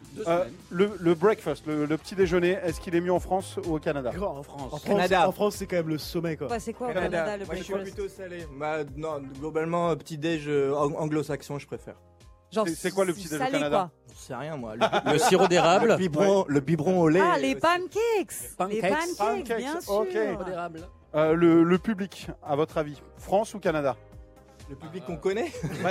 le breakfast, le petit déjeuner, est-ce qu'il est mieux en France ou au Canada? En France, Canada. en France, c'est quand même le sommet, quoi. Ouais, c'est quoi au Canada. Canada, le Moi, je suis breakfast? plutôt salé. Bah, non, globalement, petit déj anglo-saxon, je préfère. Genre, C'est quoi le petit déj au salé, Canada? Je sais rien, moi. Le sirop d'érable. Le biberon au lait. quoi. Ah, les aussi. pancakes. Les pancakes, Pancakes, bien sûr. ok. Le public, à votre avis, France ou Canada? Le public qu'on connaît. Ouais,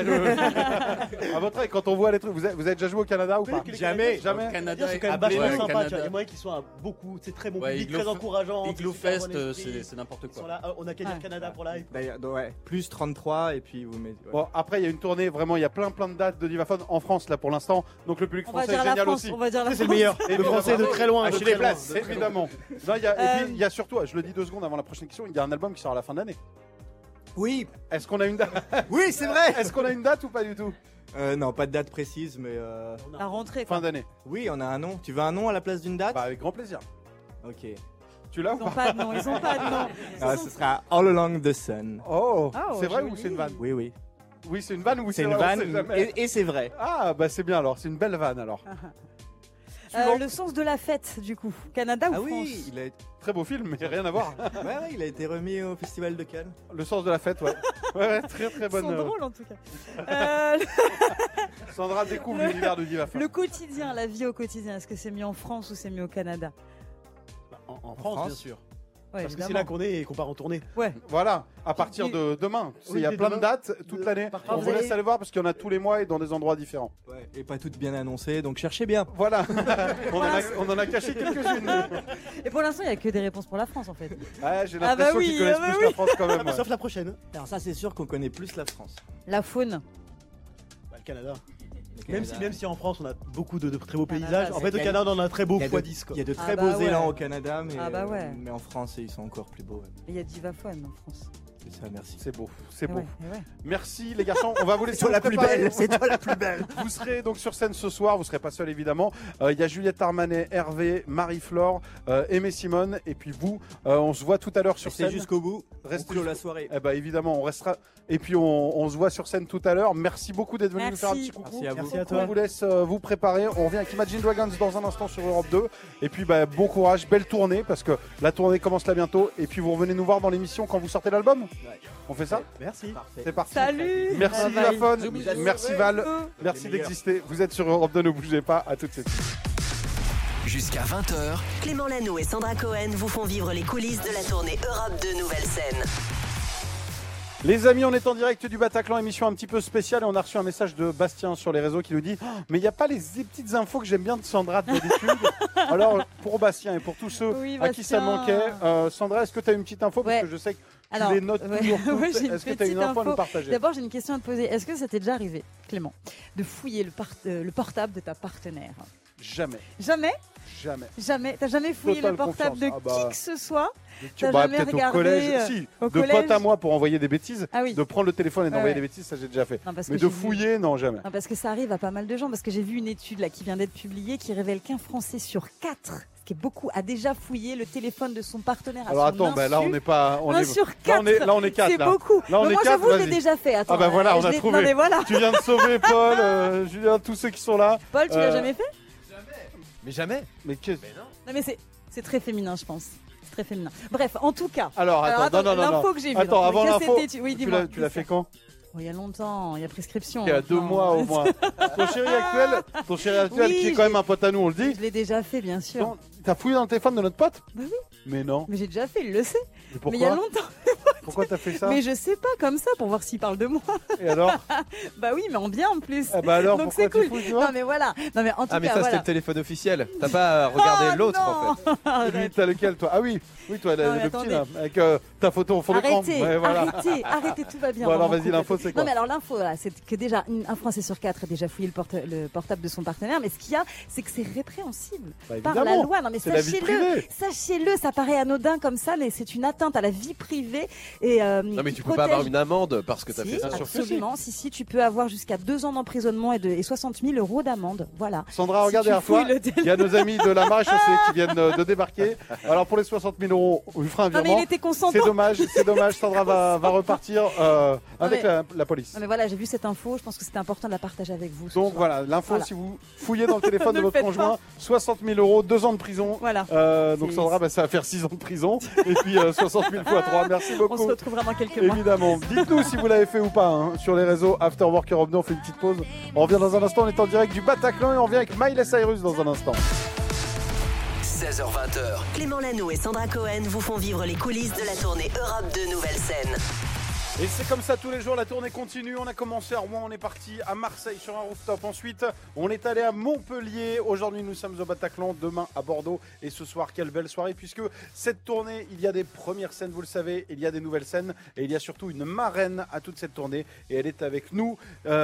à votre avis, quand on voit les trucs, vous avez déjà joué au Canada ou pas? Jamais. Jamais. Canada C'est est quand même appelé vachement le sympa, tu vois. Il y Canada. a moyen qu'ils soient beaucoup, c'est très bon Ouais, public, Igloo très encourageant. Igloo super Fest, bon esprit. c'est n'importe Ils sont quoi. là, on a qu'à dire Ouais. Canada pour live. D'ailleurs, ouais, plus 33 et puis vous mettez. ouais. Bon, après, il y a une tournée, vraiment, il y a plein de dates de Divaphone en France, là, pour l'instant. Donc, le public On va français est dire la génial France. aussi. On va dire la C'est le France. meilleur. Le Évidemment. français de très loin. Achetez de les très loin. places, évidemment. Non, et puis, il y a surtout, je le dis 2 secondes avant la prochaine question, il y a un album qui sort à la fin de l'année. Oui, Est-ce qu'on a une date? oui, c'est vrai. Est-ce qu'on a une date ou pas du tout? Non, pas de date précise, mais La rentrée, quoi. Fin d'année. oui, on a un nom. Tu veux un nom à la place d'une date? Bah, avec grand plaisir. Ok. Tu l'as ou Ils ont pas? pas de nom, ils ont pas de nom. Ah, ce sera All Along the Sun. Oh, Oh, c'est vrai joli. ou c'est une vanne? Oui, oui. Oui, c'est une vanne ou C'est une vrai, on vanne sait jamais. et c'est vrai. Ah, bah c'est bien alors, c'est une belle vanne alors. Suivant. Le sens de la fête, du coup. Canada ou Ah France? oui, Très beau film, mais rien à voir. ouais, il a été remis au Festival de Cannes. Le sens de la fête, ouais. Ouais, très Ils bonne. sont drôles, en tout cas. Sandra découvre l'univers de Divaphone. Le quotidien, la vie au quotidien, est-ce que c'est mieux en France ou c'est mieux au Canada? En France, bien sûr. Ouais, Parce que c'est évidemment. là qu'on est et qu'on part en tournée. Ouais. Voilà, à partir de demain. Oui, Il y a dès plein de demain. dates toute l'année. Partout. On vous vous laisse allez- aller voir parce qu'il y en a tous les mois et dans des endroits différents. Ouais, et pas toutes bien annoncées, donc cherchez bien. Voilà, on en a caché quelques-unes. Et pour l'instant, il n'y a que des réponses pour la France, en fait. Ouais, j'ai Ah bah l'impression oui, qu'ils connaissent ah bah plus oui. la France quand même. ouais. Sauf la prochaine. Alors ça, c'est sûr qu'on connaît plus la France. La faune. Bah, le Canada. Le Canada. Même si en France on a beaucoup de très beaux Canada, paysages, en c'est- fait au Canada on a un très beau Il y a de- x10 quoi. Il y a de très Ah beaux bah ouais. élans au Canada, mais, Ah bah ouais. mais en France, ils sont encore plus beaux. ouais. Il y a Divaphone en France. C'est ça, merci. C'est beau, c'est Eh beau. ouais, eh ouais. Merci les garçons, on va vous laisser C'est toi la vous plus préparer. belle, c'est toi la plus belle. Vous serez donc sur scène ce soir, vous serez pas seul évidemment. Il y a Juliette Armanet, Hervé, Marie-Flore, Aimé Simone et puis vous. On se voit tout à l'heure sur Restez scène. jusqu'au bout. Restez On clôt la jusqu'au- soirée. Eh ben évidemment, on restera. Et puis on se voit sur scène tout à l'heure. Merci beaucoup d'être venu nous Merci. faire un petit coucou. Merci à vous. Merci à On toi. vous laisse vous préparer. On revient avec Imagine Dragons dans un instant sur Europe 2. Et puis bah, bon courage, belle tournée parce que la tournée commence là bientôt. Et puis vous revenez nous voir dans l'émission quand vous sortez l'album. Ouais. On fait ça? Merci. Parfait. C'est parti. Salut. Merci Bye bye. Divaphone, Bisous, bisous. merci Val, Bisous. merci Les meilleurs. d'exister. Vous êtes sur Europe 2, ne bougez pas. À tout de suite. Jusqu'à 20h, Clément Lanoux et Sandra Cohen vous font vivre les coulisses de la tournée Europe 2 Nouvelle Scène. Les amis, on est en direct du Bataclan, émission un petit peu spéciale et on a reçu un message de Bastien sur les réseaux qui nous dit oh, mais il n'y a pas les petites infos que j'aime bien de Sandra d'habitude. Alors pour Bastien et pour tous ceux Oui, à qui ça Bastien. manquait, Sandra, est-ce que tu as une petite info? Parce Ouais. que je sais que tu Alors, les notes ouais, toujours toutes. ouais, j'ai une Est-ce que tu as une petite info à nous info. partager? D'abord, j'ai une question à te poser. Est-ce que ça t'est déjà arrivé, Clément, de fouiller le portable de ta partenaire? Jamais, Jamais? jamais. Jamais? T'as jamais fouillé Totale le portable confiance. de Ah bah. qui que ce soit? Tu T'as bah, jamais peut-être au regardé, collège, si, au de collège pote à moi pour envoyer des bêtises, Ah oui. de prendre le téléphone et d'envoyer Ouais. des bêtises, ça j'ai déjà fait. Non, parce Mais que de j'ai vu- fouiller, non, jamais. Non, parce que ça arrive à pas mal de gens. Parce que j'ai vu une étude là qui vient d'être publiée qui révèle qu'un Français sur 4, ce qui est beaucoup, a déjà fouillé le téléphone de son partenaire. À Alors son attends, bah, là insu. on n'est pas. On Un est, sur là, 4. on est 4 C'est là. beaucoup. Là, on Mais est moi, 4, j'avoue, je l'ai vas-y. déjà fait. Attends, Ah bah voilà, on je a l'ai- trouvé. Non, mais voilà. Tu viens de sauver Paul, Julien, tous ceux qui sont là. Paul, tu l'as jamais fait? Mais jamais. Mais qu'est-ce Non, mais c'est très féminin, je pense. C'est très féminin. Bref, en tout cas. Alors attends, non, l'info non. que j'ai vue. Attends, dans avant le cas, l'info, cette étude- Oui, tu dis-moi. l'as fait quand? Oh, il y a longtemps, il y a prescription. Il y a 2 maintenant. mois au moins. Ton chéri actuel, Oui, qui est quand même un pote à nous, on le dit. Je l'ai déjà fait, bien sûr. Ton- T'as fouillé dans le téléphone de notre pote? Bah oui. Mais non. Mais j'ai déjà fait, il le sait. Mais pourquoi? Mais il y a longtemps. Pourquoi t'as fait ça? Mais je sais pas, comme ça, pour voir s'il parle de moi. Et alors? Bah oui, mais en bien en plus. Ah bah alors, donc pourquoi c'est cool. tu fous, tu vois? Non mais voilà. Non mais en tout Ah mais cas, ça c'était voilà. le téléphone officiel. T'as pas regardé l'autre en fait. Et lui, t'as lequel toi? Ah oui, toi, Non, mais le petit attendez. là, avec ta photo en fond d'écran. Arrêtez, Ouais, voilà. arrêtez, tout va bien. Bon, alors, vraiment vas-y, cool. l'info, c'est quoi? Non mais alors l'info, voilà, c'est que déjà un Français sur 4 a déjà fouillé le portable de son partenaire, mais ce qu'il y a, c'est que c'est répréhensible Bah, par la évidemment. loi. Non mais C'est la vie privée. sachez-le, ça paraît anodin comme ça, mais c'est une atteinte à la vie privée et Non mais tu peux pas avoir une amende parce que t'as fait ça sur Absolument, si, tu peux avoir jusqu'à 2 ans d'emprisonnement et 60 000 € d'amende. Voilà. Sandra, Si regardez tu derrière toi, fouilles le il y a nos amis de la maréchaussée qui viennent de débarquer. Alors pour les 60 000 €, on lui fera un Non, mais virement. il était consentant. C'est dommage, Sandra va repartir avec mais- la police. Non mais voilà, j'ai vu cette info, je pense que c'était important de la partager avec vous. ce Donc soir. voilà, l'info, Voilà. si vous fouillez dans le téléphone Ne de le votre faites conjoint, pas. 60 000 €, 2 ans de prison. Voilà. Donc C'est- Sandra, ça va faire 6 ans de prison. Et puis 60 000 fois 3. Merci beaucoup. On se retrouvera dans quelques mois. Évidemment. Dites-nous si vous l'avez fait ou pas hein, sur les réseaux After Work Europe 2. On fait une petite pause. On revient dans un instant. On est en direct du Bataclan et on revient avec Miley Cyrus dans un instant. 16h20. Clément Lanoux et Sandra Cohen vous font vivre les coulisses de la tournée Europe 2 Nouvelle Scène. Et c'est comme ça tous les jours, la tournée continue. On a commencé à Rouen, on est parti à Marseille sur un rooftop. Ensuite, on est allé à Montpellier. Aujourd'hui, nous sommes au Bataclan. Demain, à Bordeaux. Et ce soir, quelle belle soirée. Puisque cette tournée, il y a des premières scènes, vous le savez. Il y a des nouvelles scènes. Et il y a surtout une marraine à toute cette tournée. Et elle est avec nous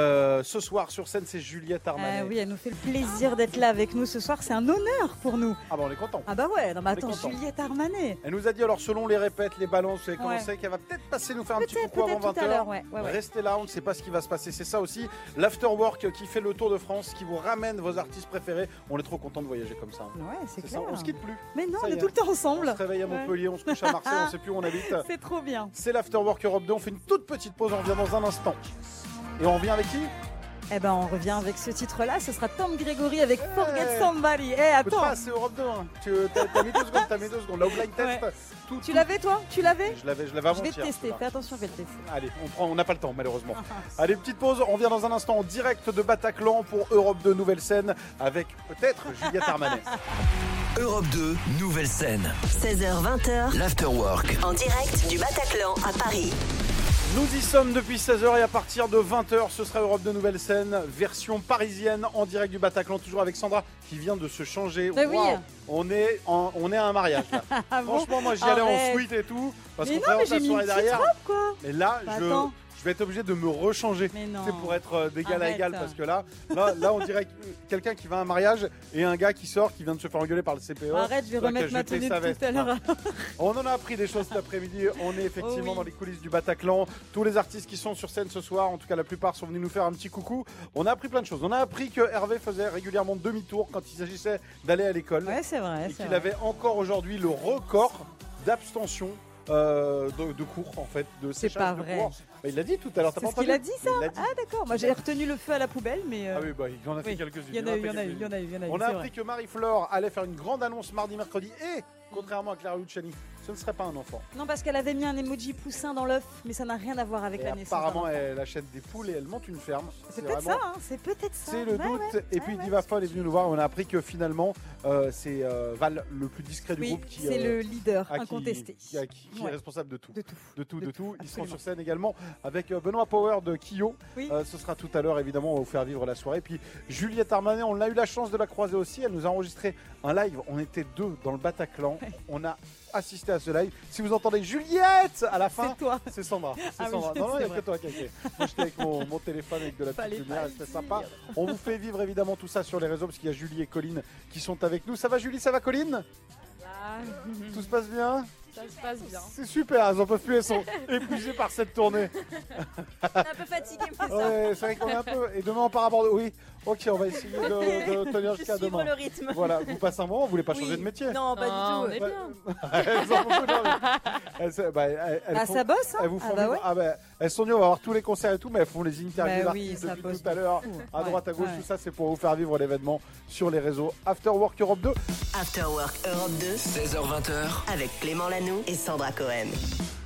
ce soir sur scène. C'est Juliette Armanet. Oui, elle nous fait le plaisir d'être là avec nous ce soir. C'est un honneur pour nous. Ah bah on est content. Ah bah ouais, non mais On est attends, content. Juliette Armanet. Elle nous a dit alors selon les répètes, les balances, vous savez comment Ouais. c'est qu'elle va peut-être passer nous faire un petit coucou Peut-être avant tout à 20h. l'heure, ouais. Restez là, on ne sait pas ce qui va se passer. C'est ça aussi, l'Afterwork qui fait le tour de France, qui vous ramène vos artistes préférés. On est trop content de voyager comme ça. Ouais, c'est ça, clair. on se quitte plus. Mais non, Ça on y est est. tout le temps ensemble. On se réveille à Montpellier, on se couche à Marseille, on ne sait plus où on habite. C'est trop bien. C'est l'Afterwork Europe 2, on fait une toute petite pause, on revient dans un instant. Et on revient avec qui? Eh ben, on revient avec ce titre-là. Ce sera Tom Gregory avec Forget Somebody. Attends. Attends. C'est Europe 2. Hein. T'as mis 2 secondes, t'as mis 2 secondes. Là, au blind test. Ouais. Tout, Tu l'avais, toi? Tu l'avais? Je l'avais Je avant-hier. vais te tester. celui-là. Fais attention, je vais le tester. Allez, on n'a pas le temps malheureusement. Allez, petite pause, on revient dans un instant en direct de Bataclan pour Europe 2 Nouvelle Scène avec peut-être Juliette Armanet. Europe 2, nouvelle scène. 16h20, L'Afterwork. en direct du Bataclan à Paris. Nous y sommes depuis 16h et à partir de 20h, ce sera Europe 2 Nouvelle Scène, version parisienne en direct du Bataclan, toujours avec Sandra qui vient de se changer. Ah oui. Waouh, on est à un mariage là. Ah bon? Franchement, moi j'y allais en Arrête. suite et tout. Parce Mais qu'on non, mais présente j'ai la mis une soirée petite derrière. robe, quoi. Mais là, Bah, attends. je vais être obligé de me rechanger. Mais non. C'est pour être d'égal à Arrête. égal parce que là, on dirait quelqu'un qui va à un mariage et un gars qui sort, qui vient de se faire engueuler par le CPE. Arrête, je vais qui a remettre ma jeté tenue sa de veste. tout à l'heure. On en a appris des choses cet après-midi. On est effectivement Oh oui. dans les coulisses du Bataclan. Tous les artistes qui sont sur scène ce soir, en tout cas la plupart, sont venus nous faire un petit coucou. On a appris plein de choses. On a appris que Hervé faisait régulièrement demi-tour quand il s'agissait d'aller à l'école. Ouais, c'est vrai. Et c'est qu'il vrai. avait encore aujourd'hui le record d'abstention de cours en fait. C'est séchage pas de vrai. cours. Bah, il l'a dit tout à l'heure. T'as C'est pas ce qu'il a entendu dit, ça? Il l'a dit. Ah, d'accord. Moi, j'ai retenu le feu à la poubelle, mais. Ah oui, bah, il en a fait oui. quelques-unes. Il y en a eu. On a c'est appris que Marie-Flore allait faire une grande annonce mardi, mercredi et, contrairement à Clara Luciani, ce ne serait pas un enfant. Non, parce qu'elle avait mis un emoji poussin dans l'œuf, mais ça n'a rien à voir avec Et la naissance. apparemment, d'un enfant. elle achète des poules et elle monte une ferme. C'est peut-être vraiment- ça, hein. C'est peut-être ça. C'est le Ouais, doute. ouais. Et puis Diva Folle est venu nous voir. On a appris que finalement, c'est Val, le plus discret du Oui, groupe, qui c'est le leader qui incontesté. qui est Ouais. responsable de tout. De tout. De tout. Ils seront absolument. sur scène également avec Benoît Power de Kyo. Oui. Ce sera tout à l'heure, évidemment, on va vous faire vivre la soirée. Puis Juliette Armanet, on a eu la chance de la croiser aussi. Elle nous a enregistré un live. On était 2 dans le Bataclan. On a assisté à ce live. Si vous entendez Juliette à la fin, C'est toi. c'est Sandra. C'est Ah oui, Sandra. Non, il n'y a c'est que toi qui as fait. Moi, j'étais avec mon téléphone avec de la petite Fallait lumière. pas C'était le sympa. dire. On vous fait vivre évidemment tout ça sur les réseaux parce qu'il y a Julie et Colline qui sont avec nous. Ça va, Julie? Ça va, Colline? Tout se passe bien? Ça se passe bien. C'est super, elles en peuvent plus, elles sont épuisées par cette tournée. Un peu fatigué, mais ça. Ouais, c'est vrai qu'on est un peu. Et demain on part à Bordeaux. Oui, ok, on va essayer de tenir jusqu'à Suivre demain. le rythme. Voilà, vous passez un moment, vous voulez pas Oui. changer de métier? Non, pas du tout. on est Elles en font beaucoup, non, mais- elles Ah, font- ça bosse, hein? Elles vous font Ah bah vivre- ouais. ah bah, elles sont venues, on va avoir tous les concerts et tout, mais elles font les interviews Bah oui, d'artistes ça depuis bosse tout à l'heure, beaucoup. à droite, à gauche, Ouais. tout ça, c'est pour vous faire vivre l'événement sur les réseaux After Work Europe 2. After Work Europe 2 16h20. avec Clément Lanoux et Sandra Cohen.